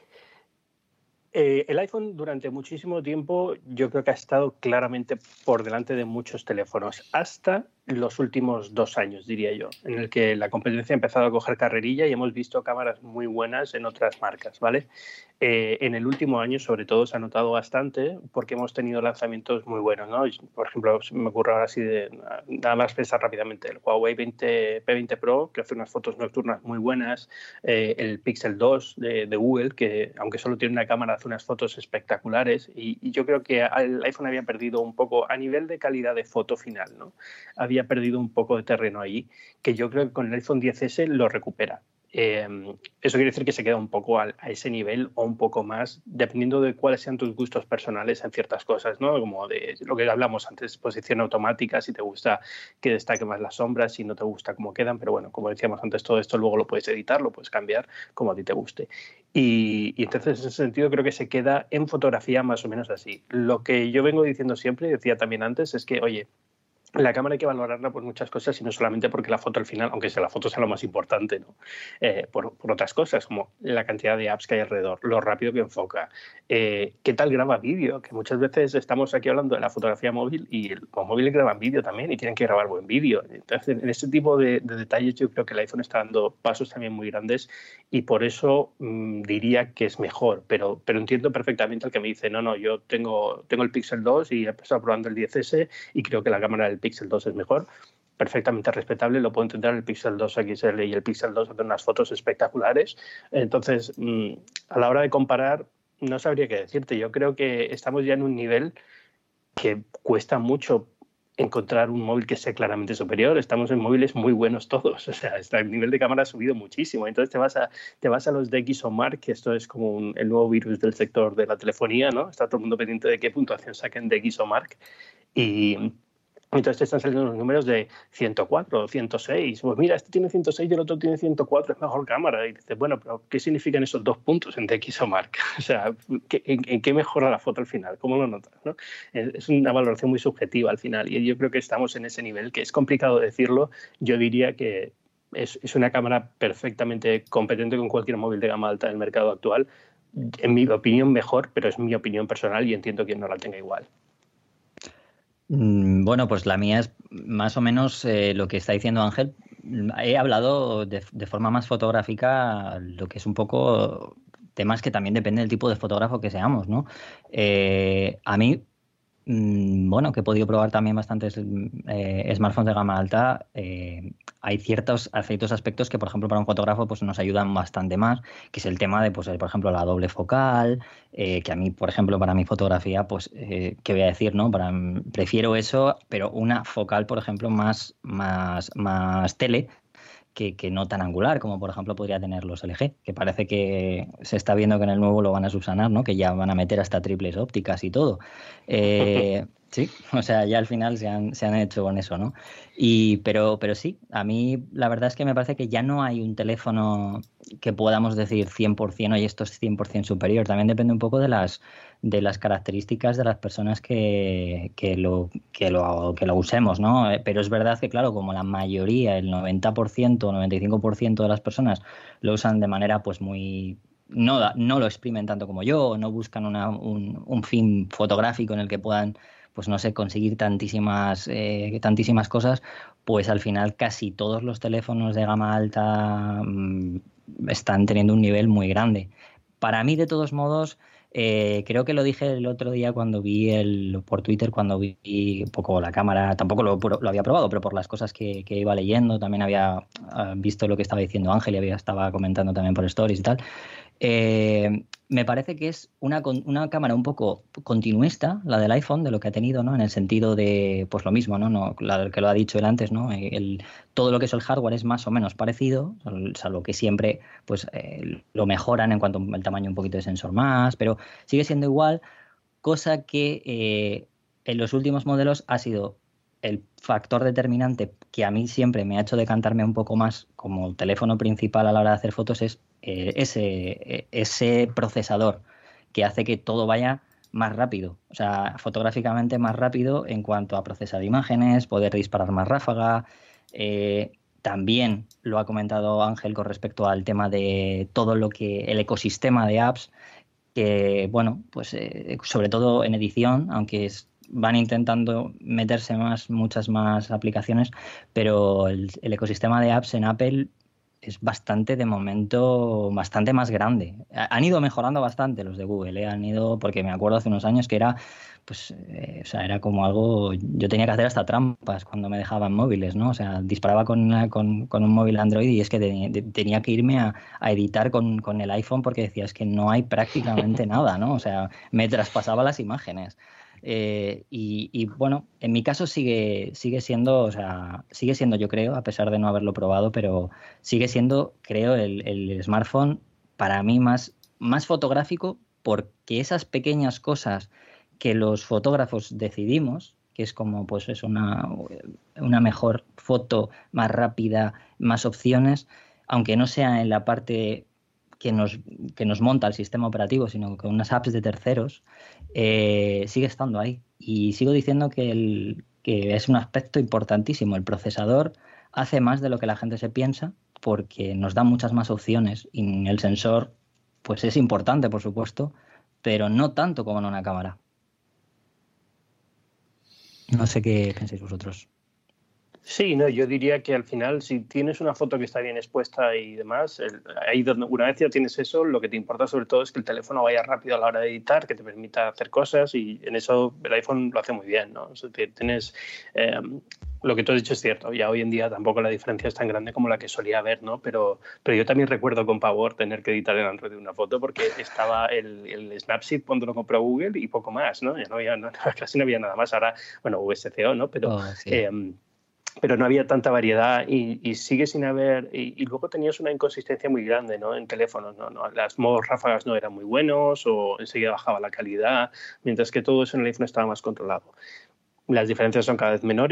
El iPhone durante muchísimo tiempo yo creo que ha estado claramente por delante de muchos teléfonos, hasta los últimos 2 años, diría yo, en el que la competencia ha empezado a coger carrerilla y hemos visto cámaras muy buenas en otras marcas, ¿vale? En el último año, sobre todo, se ha notado bastante porque hemos tenido lanzamientos muy buenos, ¿no? Por ejemplo, me ocurre ahora así nada más pensar rápidamente, el Huawei P20 Pro, que hace unas fotos nocturnas muy buenas, el Pixel 2 de Google, que aunque solo tiene una cámara, hace unas fotos espectaculares, y yo creo que el iPhone había perdido un poco a nivel de calidad de foto final, ¿no? Había perdido un poco de terreno ahí, que yo creo que con el iPhone XS lo recupera. Eso quiere decir que se queda un poco a ese nivel o un poco más, dependiendo de cuáles sean tus gustos personales en ciertas cosas, ¿no? Como de lo que hablamos antes, exposición automática, si te gusta que destaque más las sombras, si no te gusta cómo quedan, pero bueno, como decíamos antes, todo esto luego lo puedes editar, lo puedes cambiar como a ti te guste. Y entonces, en ese sentido, creo que se queda en fotografía más o menos así. Lo que yo vengo diciendo siempre, decía también antes, es que, oye, la cámara hay que valorarla por muchas cosas y no solamente porque la foto al final, aunque sea la foto sea lo más importante, ¿no? Por otras cosas, como la cantidad de apps que hay alrededor, lo rápido que enfoca, qué tal graba vídeo, que muchas veces estamos aquí hablando de la fotografía móvil y los móviles graban vídeo también y tienen que grabar buen vídeo. Entonces, en ese tipo de detalles yo creo que el iPhone está dando pasos también muy grandes y por eso diría que es mejor, pero entiendo perfectamente al que me dice, no, yo tengo el Pixel 2 y he empezado probando el 10S y creo que la cámara del Pixel 2 es mejor, perfectamente respetable, lo puedo entender. El Pixel 2 XL y el Pixel 2 hacen unas fotos espectaculares. Entonces, a la hora de comparar, no sabría qué decirte. Yo creo que estamos ya en un nivel que cuesta mucho encontrar un móvil que sea claramente superior. Estamos en móviles muy buenos todos, o sea, el nivel de cámara ha subido muchísimo. Entonces te vas a los DxOMark, que esto es como el nuevo virus del sector de la telefonía, ¿no? Está todo el mundo pendiente de qué puntuación saquen DxOMark y entonces te están saliendo los números de 104, 106. Pues mira, este tiene 106 y el otro tiene 104, es mejor cámara. Y dices, bueno, pero ¿qué significan esos 2 puntos en DxOMark? O sea, ¿en qué mejora la foto al final? ¿Cómo lo notas, no? Es una valoración muy subjetiva al final y yo creo que estamos en ese nivel, que es complicado decirlo. Yo diría que es una cámara perfectamente competente con cualquier móvil de gama alta del mercado actual, en mi opinión mejor, pero es mi opinión personal y entiendo que no la tenga igual. Bueno, pues la mía es más o menos lo que está diciendo Ángel. He hablado de forma más fotográfica, lo que es un poco temas que también depende del tipo de fotógrafo que seamos, ¿no? A mí, bueno, que he podido probar también bastantes smartphones de gama alta, hay ciertos aspectos que, por ejemplo, para un fotógrafo pues nos ayudan bastante más, que es el tema de, pues, por ejemplo, la doble focal, que a mí, por ejemplo, para mi fotografía, pues, ¿qué voy a decir, no? Prefiero eso, pero una focal, por ejemplo, más tele, que no tan angular como por ejemplo podría tener los LG, que parece que se está viendo que en el nuevo lo van a subsanar, ¿no? Que ya van a meter hasta triples ópticas y todo. Sí, o sea, ya al final se han hecho con eso, ¿no? Pero sí, a mí la verdad es que me parece que ya no hay un teléfono que podamos decir 100%, oye, esto es 100% superior. También depende un poco de las características de las personas que lo usemos, ¿no? Pero es verdad que, claro, como la mayoría, el 90% o 95% de las personas lo usan de manera pues muy... No lo exprimen tanto como yo, no buscan un fin fotográfico en el que puedan, pues no sé, conseguir tantísimas cosas, pues al final casi todos los teléfonos de gama alta están teniendo un nivel muy grande. Para mí, de todos modos, creo que lo dije el otro día cuando por Twitter, cuando vi un poco la cámara, tampoco lo había probado, pero por las cosas que iba leyendo, también había visto lo que estaba diciendo Ángel y estaba comentando también por stories y tal. Me parece que es una cámara un poco continuista, la del iPhone, de lo que ha tenido, ¿no? En el sentido de, pues lo mismo, ¿no? Que lo ha dicho él antes, ¿no? Todo lo que es el hardware es más o menos parecido, salvo que siempre pues, lo mejoran en cuanto al tamaño un poquito de sensor más, pero sigue siendo igual, cosa que en los últimos modelos ha sido el factor determinante que a mí siempre me ha hecho decantarme un poco más como teléfono principal a la hora de hacer fotos es ese procesador que hace que todo vaya más rápido, o sea, fotográficamente más rápido en cuanto a procesar imágenes, poder disparar más ráfaga. También lo ha comentado Ángel con respecto al tema de todo el ecosistema de apps, que, bueno, pues sobre todo en edición, aunque van intentando meterse muchas más aplicaciones, pero el ecosistema de apps en Apple es bastante, de momento, bastante más grande. Han ido mejorando bastante los de Google, han ido, porque me acuerdo hace unos años que era, pues, o sea, era como algo, yo tenía que hacer hasta trampas cuando me dejaban móviles, ¿no? O sea, disparaba con un móvil Android y es que tenía que irme a editar con el iPhone porque decía, es que no hay prácticamente nada, ¿no? O sea, me traspasaba las imágenes. Y bueno, en mi caso sigue siendo, o sea, sigue siendo, yo creo, a pesar de no haberlo probado, pero sigue siendo, creo, el smartphone para mí más fotográfico, porque esas pequeñas cosas que los fotógrafos decidimos, que es como pues es una mejor foto, más rápida, más opciones, aunque no sea en la parte que nos monta el sistema operativo, sino con unas apps de terceros, sigue estando ahí. Y sigo diciendo que es un aspecto importantísimo. El procesador hace más de lo que la gente se piensa porque nos da muchas más opciones y el sensor pues es importante, por supuesto, pero no tanto como en una cámara. No sé qué pensáis vosotros. Sí, no, yo diría que al final, si tienes una foto que está bien expuesta y demás, ahí una vez ya tienes eso, lo que te importa sobre todo es que el teléfono vaya rápido a la hora de editar, que te permita hacer cosas, y en eso el iPhone lo hace muy bien, ¿no? Es decir, tienes... lo que tú has dicho es cierto, ya hoy en día tampoco la diferencia es tan grande como la que solía haber, ¿no? Pero yo también recuerdo con pavor tener que editar en Android una foto porque estaba el Snapseed cuando lo compró Google y poco más, ¿no? Ya casi no había nada más. Ahora, bueno, VSCO, ¿no? Pero... sí. Pero no había tanta variedad y sigue sin haber... Y luego tenías una inconsistencia muy grande, ¿no? En teléfonos, ¿no? Las modos ráfagas no eran muy buenos o enseguida bajaba la calidad, mientras que todo eso en el iPhone estaba más controlado. Las diferencias son cada vez menores,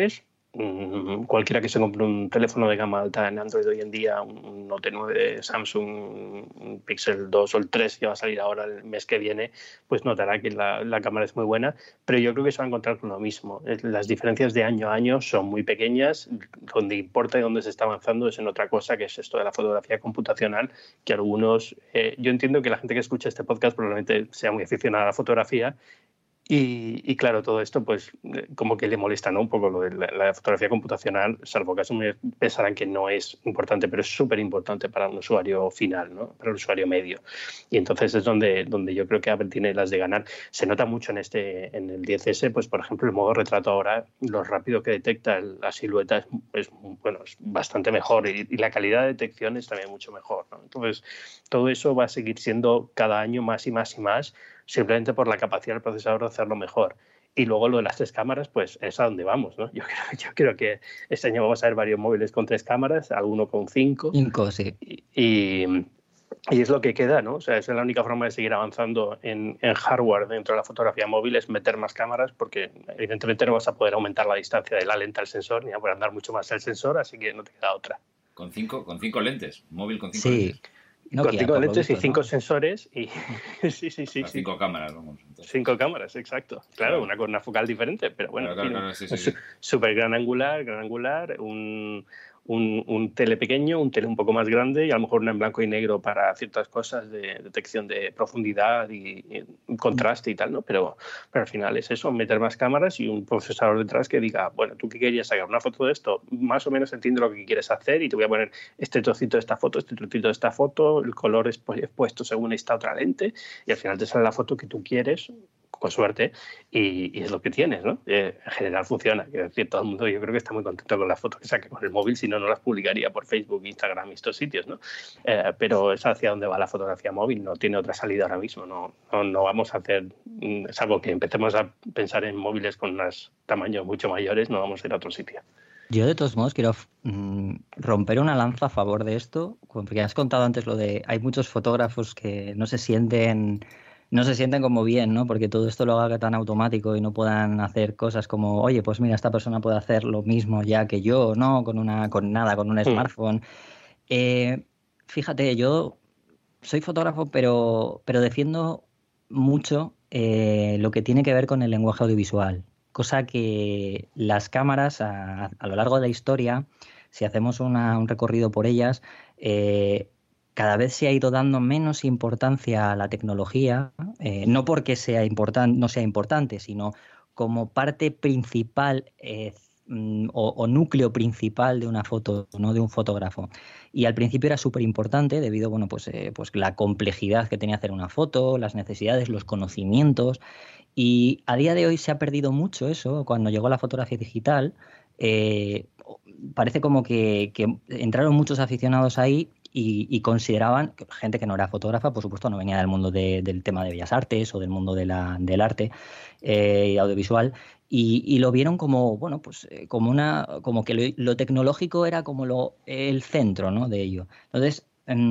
Cualquiera que se compre un teléfono de gama alta en Android hoy en día, un Note 9 de Samsung, un Pixel 2 o el 3 que va a salir ahora el mes que viene, pues notará que la cámara es muy buena, pero yo creo que se va a encontrar con lo mismo. Las diferencias de año a año son muy pequeñas, donde importa y donde se está avanzando es en otra cosa, que es esto de la fotografía computacional, que algunos, yo entiendo que la gente que escucha este podcast probablemente sea muy aficionada a la fotografía. Y claro, todo esto pues como que le molesta, ¿no? Un poco lo de la fotografía computacional, salvo que pensarán que no es importante, pero es súper importante para un usuario final, ¿no? Para un usuario medio. Y entonces es donde yo creo que Apple tiene las de ganar. Se nota mucho en el 10S, pues por ejemplo el modo retrato ahora, lo rápido que detecta la silueta es bastante mejor y la calidad de detección es también mucho mejor, ¿no? Entonces todo eso va a seguir siendo cada año más y más y más, simplemente por la capacidad del procesador de hacerlo mejor. Y luego lo de las 3 cámaras, pues es a donde vamos, ¿no? Yo creo que este año vamos a ver varios móviles con 3 cámaras, alguno con 5. 5, sí. Y es lo que queda, ¿no? O sea, esa es la única forma de seguir avanzando en hardware dentro de la fotografía móvil, es meter más cámaras, porque evidentemente no vas a poder aumentar la distancia de la lente al sensor, ni a poder andar mucho más el sensor, así que no te queda otra. Con cinco lentes, móvil con 5 lentes. Con 5 lentes y 5 sensores y sí. 5 cámaras, vamos. 5 cámaras, exacto. Claro, una con una focal diferente, pero bueno. Claro, sí. Súper gran angular, un tele pequeño, un tele un poco más grande y a lo mejor una en blanco y negro para ciertas cosas de detección de profundidad y contraste y tal, ¿no? Pero al final es eso, meter más cámaras y un procesador detrás que diga, bueno, tú qué querías sacar una foto de esto, más o menos entiendo lo que quieres hacer y te voy a poner este trocito de esta foto, este trocito de esta foto, el color es puesto según esta otra lente y al final te sale la foto que tú quieres, con suerte, y es lo que tienes, ¿no? En general funciona. Es decir, todo el mundo yo creo que está muy contento con las fotos que saque con el móvil, si no las publicaría por Facebook, Instagram y estos sitios, ¿no? Pero es hacia donde va la fotografía móvil, no tiene otra salida ahora mismo, no vamos a hacer, salvo que empecemos a pensar en móviles con unos tamaños mucho mayores, no vamos a ir a otro sitio. Yo de todos modos quiero romper una lanza a favor de esto, porque has contado antes lo de hay muchos fotógrafos que no se sienten como bien, ¿no? Porque todo esto lo haga tan automático y no puedan hacer cosas como, oye, pues mira, esta persona puede hacer lo mismo ya que yo, ¿no? Con un smartphone. Fíjate, yo soy fotógrafo, pero defiendo mucho lo que tiene que ver con el lenguaje audiovisual, cosa que las cámaras a lo largo de la historia, si hacemos un recorrido por ellas, cada vez se ha ido dando menos importancia a la tecnología, no porque no sea importante, sino como parte principal o núcleo principal de una foto, ¿no? De un fotógrafo. Y al principio era súper importante debido, pues la complejidad que tenía hacer una foto, las necesidades, los conocimientos. Y a día de hoy se ha perdido mucho eso. Cuando llegó la fotografía digital, parece como que entraron muchos aficionados ahí y consideraban, gente que no era fotógrafa, por supuesto, no venía del mundo del tema de bellas artes o del mundo del arte audiovisual, y lo vieron como, bueno, pues como que lo tecnológico era como el centro, ¿no? De ello. Entonces,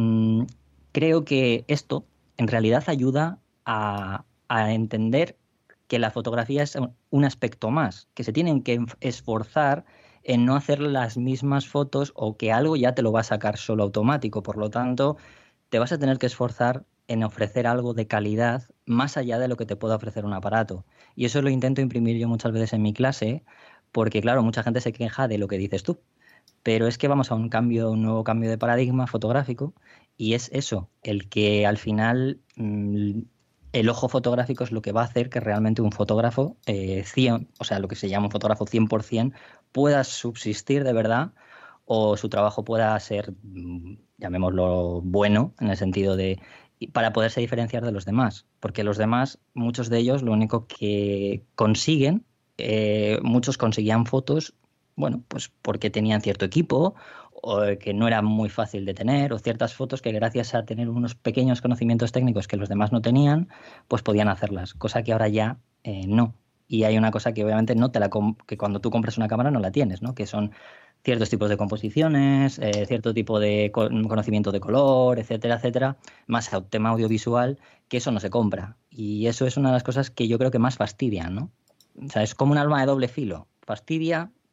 creo que esto en realidad ayuda a entender que la fotografía es un aspecto más, que se tienen que esforzar en no hacer las mismas fotos o que algo ya te lo va a sacar solo automático. Por lo tanto, te vas a tener que esforzar en ofrecer algo de calidad más allá de lo que te pueda ofrecer un aparato. Y eso lo intento imprimir yo muchas veces en mi clase, porque claro, mucha gente se queja de lo que dices tú. Pero es que vamos a un nuevo cambio de paradigma fotográfico y es eso, el que al final el ojo fotográfico es lo que va a hacer que realmente un fotógrafo, o sea, lo que se llama un fotógrafo 100%, pueda subsistir de verdad o su trabajo pueda ser, llamémoslo, bueno, en el sentido de para poderse diferenciar de los demás. Porque los demás, muchos de ellos, lo único que consiguen, muchos conseguían fotos, bueno, pues porque tenían cierto equipo o que no era muy fácil de tener, o ciertas fotos que gracias a tener unos pequeños conocimientos técnicos que los demás no tenían, pues podían hacerlas, cosa que ahora ya no. Y hay una cosa que obviamente que cuando tú compras una cámara no la tienes, ¿no? Que son ciertos tipos de composiciones, cierto tipo de conocimiento de color, etcétera, etcétera, más tema audiovisual, que eso no se compra. Y eso es una de las cosas que yo creo que más fastidian, ¿no? O sea, es como un arma de doble filo. Fastidia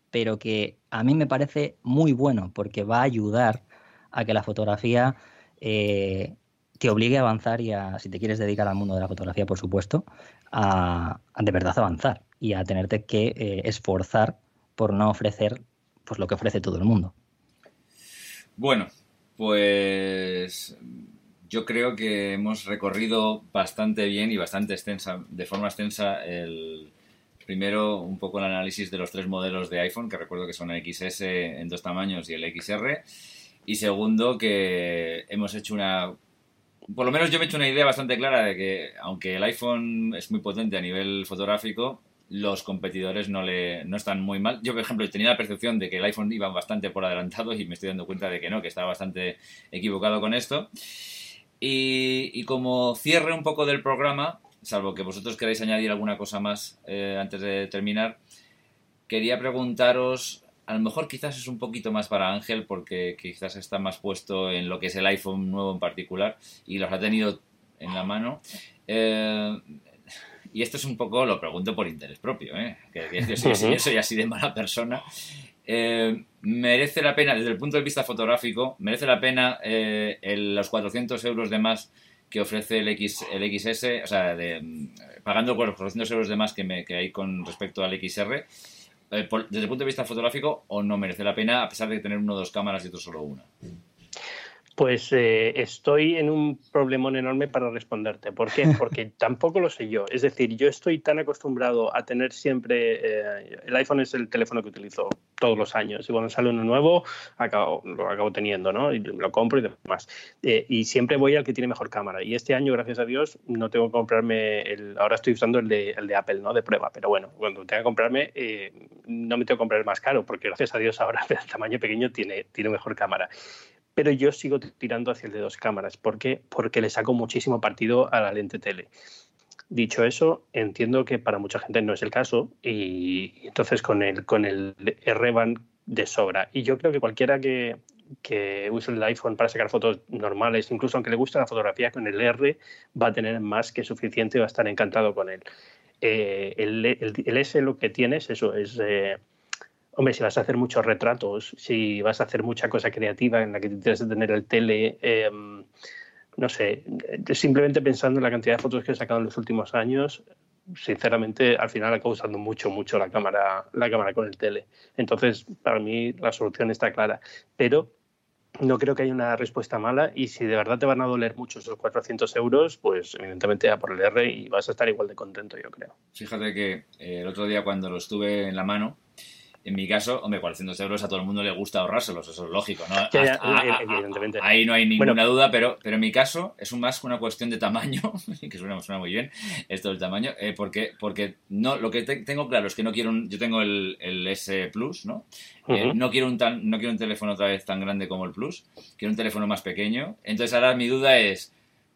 pero que a mí me parece muy bueno porque va a ayudar a que la fotografía te obligue a avanzar y a, si te quieres dedicar al mundo de la fotografía, por supuesto, a de verdad avanzar y a tenerte que esforzar por no ofrecer pues lo que ofrece todo el mundo. Bueno, pues yo creo que hemos recorrido bastante bien y bastante extensa, de forma extensa, primero un poco el análisis de los 3 modelos de iPhone, que recuerdo que son el XS en 2 tamaños y el XR. Y segundo, que hemos hecho por lo menos yo me he hecho una idea bastante clara de que, aunque el iPhone es muy potente a nivel fotográfico, los competidores no están muy mal. Yo, por ejemplo, tenía la percepción de que el iPhone iba bastante por adelantado y me estoy dando cuenta de que no, que estaba bastante equivocado con esto. Y como cierre un poco del programa, salvo que vosotros queráis añadir alguna cosa más antes de terminar, quería preguntaros, a lo mejor quizás es un poquito más para Ángel, porque quizás está más puesto en lo que es el iPhone nuevo en particular y los ha tenido en la mano. Y esto es un poco, lo pregunto por interés propio, que yo soy así de mala persona. ¿Merece la pena, desde el punto de vista fotográfico, merece la pena los 400 euros de más que ofrece el XS, o sea, pagando por los 400 euros de más que hay con respecto al XR, desde el punto de vista fotográfico, o no merece la pena, a pesar de tener uno o 2 cámaras y otro solo una? Pues estoy en un problemón enorme para responderte. ¿Por qué? Porque tampoco lo sé yo. Es decir, yo estoy tan acostumbrado a tener siempre... el iPhone es el teléfono que utilizo todos los años. Y cuando sale uno nuevo, lo acabo teniendo, ¿no? Y lo compro y demás. Y siempre voy al que tiene mejor cámara. Y este año, gracias a Dios, no tengo que comprarme... Ahora estoy usando el de Apple, ¿no? De prueba. Pero bueno, cuando tenga que comprarme, no me tengo que comprar el más caro, porque gracias a Dios ahora el tamaño pequeño tiene mejor cámara. Pero yo sigo tirando hacia el de 2 cámaras. ¿Por qué? Porque le saco muchísimo partido a la lente tele. Dicho eso, entiendo que para mucha gente no es el caso y entonces con el R van de sobra. Y yo creo que cualquiera que use el iPhone para sacar fotos normales, incluso aunque le guste la fotografía, con el R va a tener más que suficiente y va a estar encantado con él. El S lo que tiene es eso, hombre, si vas a hacer muchos retratos, si vas a hacer mucha cosa creativa en la que tienes que tener el tele, no sé, simplemente pensando en la cantidad de fotos que he sacado en los últimos años, sinceramente, al final acabo usando mucho la cámara con el tele. Entonces, para mí la solución está clara. Pero no creo que haya una respuesta mala y si de verdad te van a doler mucho esos 400 euros, pues evidentemente a por el R y vas a estar igual de contento, yo creo. Fíjate que el otro día cuando lo estuve en la mano, en mi caso, hombre, 400 euros a todo el mundo le gusta ahorrárselos, eso es lógico, ¿no? Evidentemente. Ahí no hay ninguna duda, pero en mi caso es más una cuestión de tamaño, que suena muy bien esto del tamaño, porque no, lo que tengo claro es que no quiero yo tengo el S Plus, ¿no? No quiero un teléfono otra vez tan grande como el Plus, quiero un teléfono más pequeño. Entonces ahora mi duda es,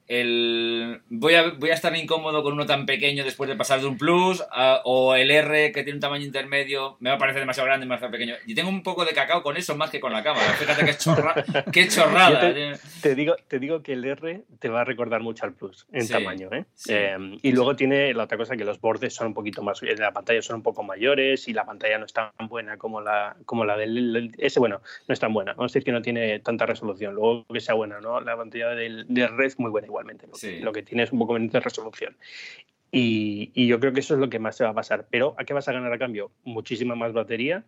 voy a estar incómodo con uno tan pequeño después de pasar de un Plus, o el R que tiene un tamaño intermedio me va a parecer demasiado grande, demasiado pequeño. Y tengo un poco de cacao con eso más que con la cámara. Fíjate qué chorrada. Te digo que el R te va a recordar mucho al Plus en tamaño, ¿eh? Sí, y luego tiene la otra cosa, que los bordes son un poquito más, la pantalla son un poco mayores y la pantalla no es tan buena como la del S. Bueno, no es tan buena. Vamos a decir que no tiene tanta resolución. Luego que sea buena, ¿no? La pantalla del R es muy buena igual. Lo que tiene es un poco menos de resolución. Y yo creo que eso es lo que más se va a pasar. Pero ¿a qué vas a ganar a cambio? Muchísima más batería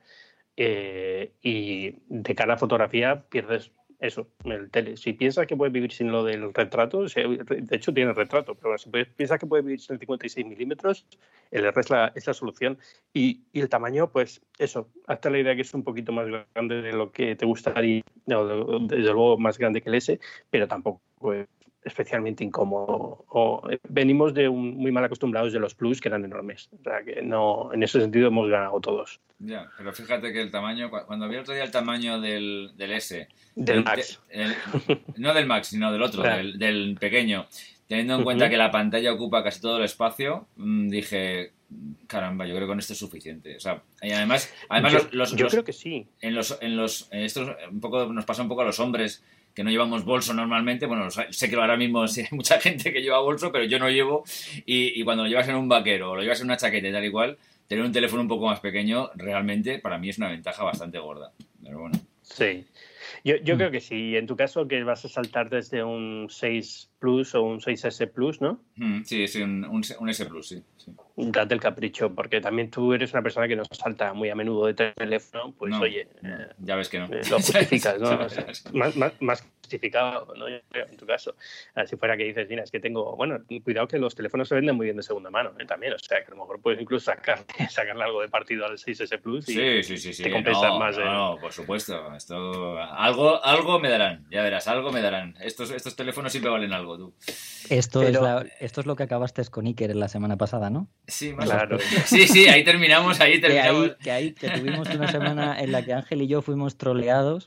y de cara a fotografía pierdes eso, el tele. Si piensas que puedes vivir sin lo del retrato, de hecho tiene retrato, pero si piensas que puedes vivir sin el 56 milímetros, el R es la solución. Y el tamaño, pues eso, hasta la idea que es un poquito más grande de lo que te gustaría, desde luego más grande que el S, pero tampoco especialmente incómodo. Venimos de muy mal acostumbrados de los Plus, que eran enormes. O sea que no, en ese sentido hemos ganado todos. Ya, pero fíjate que el tamaño, cuando vi el otro día el tamaño del S, del Max, no del Max, sino del otro, claro. del pequeño, teniendo en cuenta que la pantalla ocupa casi todo el espacio, dije, caramba, yo creo que con esto es suficiente. O sea, y además yo creo que sí. Esto un poco nos pasa un poco a los hombres que no llevamos bolso normalmente. Bueno, sé que ahora mismo sí hay mucha gente que lleva bolso, pero yo no llevo, y cuando lo llevas en un vaquero o lo llevas en una chaqueta y tal y cual, tener un teléfono un poco más pequeño realmente para mí es una ventaja bastante gorda. Pero bueno. Sí. Yo creo que sí. En tu caso, que vas a saltar desde un 6 Plus o un 6S Plus, ¿no? Sí, un S Plus, sí. Date el capricho, porque también tú eres una persona que no salta muy a menudo de teléfono, pues no, oye, ya ves que no. Lo justificas, ¿no? O sea, más justificado, ¿no? Yo creo, en tu caso. Si fuera que dices, mira, es que tengo, bueno, cuidado que los teléfonos se venden muy bien de segunda mano, también, o sea, que a lo mejor puedes incluso sacarle algo de partido al 6S Plus y sí. te compensas más. No, por supuesto. Esto, algo me darán, ya verás, algo me darán. Estos teléfonos siempre valen algo, tú. Esto es lo que acabaste con Iker en la semana pasada, ¿no? Sí, más claro. Sí, ahí terminamos. Que tuvimos una semana en la que Ángel y yo fuimos troleados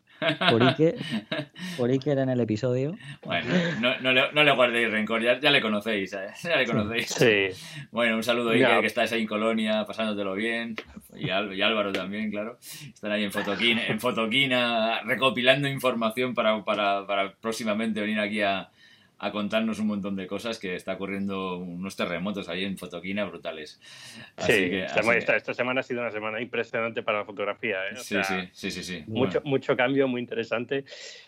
por Iker en el episodio. Bueno, no le guardéis rencor, ya le conocéis, ya le conocéis. Sí. Bueno, un saludo Iker, que estás ahí en Colonia, pasándotelo bien, y Álvaro también, claro. Están ahí en Fotoquina recopilando información para próximamente venir aquí a contarnos un montón de cosas, que está ocurriendo unos terremotos ahí en Fotoquina brutales. Esta semana ha sido una semana impresionante para la fotografía. Sí. Mucho cambio, muy interesante.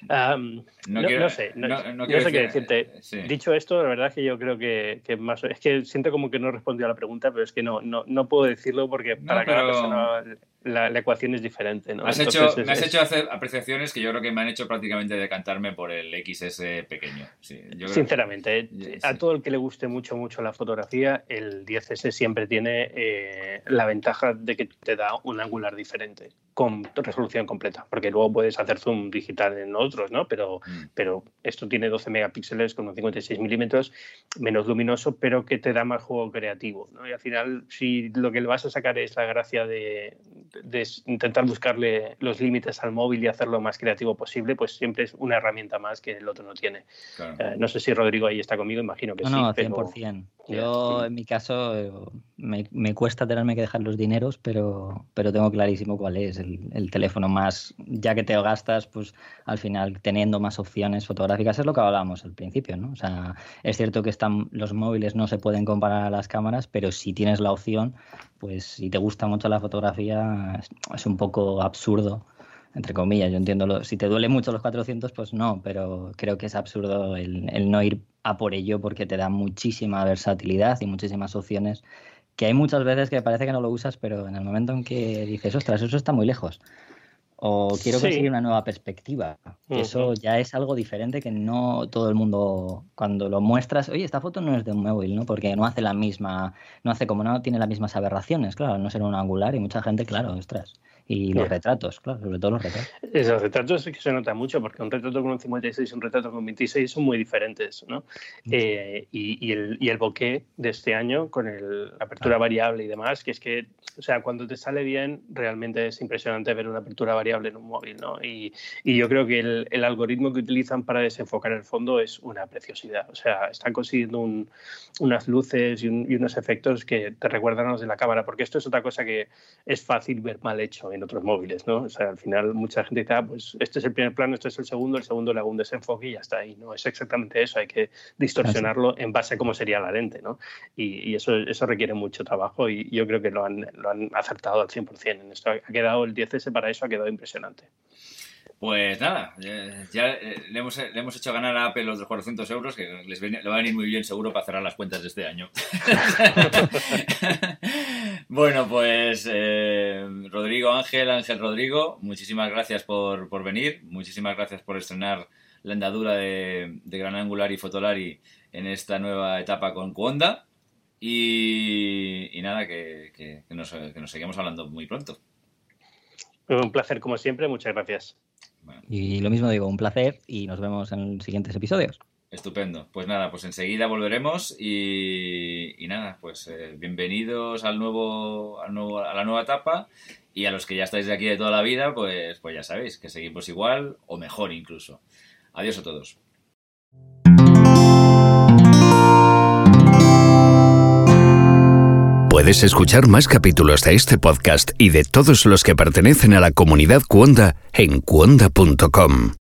No sé qué decirte. Sí. Dicho esto, la verdad es que yo creo que más... Es que siento como que no respondió a la pregunta, pero es que no puedo decirlo porque cada persona la ecuación es diferente, ¿no? Me has hecho hacer apreciaciones que yo creo que me han hecho prácticamente decantarme por el XS pequeño. Sí, sinceramente, a todo el que le guste mucho la fotografía, el 10S siempre tiene la ventaja de que te da un angular diferente con resolución completa, porque luego puedes hacer zoom digital en otros, ¿no? Pero esto tiene 12 megapíxeles con un 56 milímetros, menos luminoso, pero que te da más juego creativo, ¿no? Y al final, si lo que le vas a sacar es la gracia de intentar buscarle los límites al móvil y hacerlo más creativo posible, pues siempre es una herramienta más que el otro no tiene. Claro. No sé si Rodrigo ahí está conmigo, imagino que sí. No, 100%. Yo, en mi caso, me cuesta tenerme que dejar los dineros, pero tengo clarísimo cuál es el teléfono más, ya que te lo gastas, pues al final teniendo más opciones fotográficas, es lo que hablábamos al principio, ¿no? O sea, es cierto que los móviles no se pueden comparar a las cámaras, pero si tienes la opción, pues si te gusta mucho la fotografía, es un poco absurdo, entre comillas. Yo entiendo, si te duele mucho los 400, pues no, pero creo que es absurdo el no ir a por ello, porque te da muchísima versatilidad y muchísimas opciones, que hay muchas veces que parece que no lo usas, pero en el momento en que dices, ostras, eso está muy lejos, o quiero conseguir una nueva perspectiva, que eso ya es algo diferente, que no todo el mundo, cuando lo muestras, oye, esta foto no es de un móvil, ¿no? Porque no hace no tiene las mismas aberraciones, claro, no será un angular, y mucha gente, claro, ostras. Y los retratos, claro, sobre todo los retratos. Los retratos sí que se nota mucho, porque un retrato con un 56 y un retrato con 26 son muy diferentes, ¿no? Y el bokeh de este año, con la apertura variable y demás, que es que, o sea, cuando te sale bien, realmente es impresionante ver una apertura variable en un móvil, ¿no? Y yo creo que el algoritmo que utilizan para desenfocar el fondo es una preciosidad. O sea, están consiguiendo unas luces y unos efectos que te recuerdan a los de la cámara, porque esto es otra cosa que es fácil ver mal hecho en otros móviles, ¿no? O sea, al final mucha gente dice, pues este es el primer plano, este es el segundo le hago un desenfoque y ya está ahí, ¿no? Es exactamente eso, hay que distorsionarlo en base a cómo sería la lente, ¿no? Y eso requiere mucho trabajo, y yo creo que lo han acertado al 100%. En esto ha quedado el 10S para eso, ha quedado impresionante. Pues nada, ya le hemos hecho ganar a Apple los 400 euros, que le va a venir muy bien seguro para cerrar las cuentas de este año. Bueno, pues Ángel Rodrigo, muchísimas gracias por venir, muchísimas gracias por estrenar la andadura de Gran Angular y Fotolari en esta nueva etapa con Cuonda, y nada, que nos seguimos hablando muy pronto. Un placer como siempre, muchas gracias. Bueno. Y lo mismo digo, un placer, y nos vemos en los siguientes episodios. Estupendo. Pues nada, pues enseguida volveremos y nada, pues bienvenidos a la nueva etapa, y a los que ya estáis de aquí de toda la vida, pues ya sabéis que seguimos igual o mejor incluso. Adiós a todos. Puedes escuchar más capítulos de este podcast y de todos los que pertenecen a la comunidad Cuonda en cuonda.com.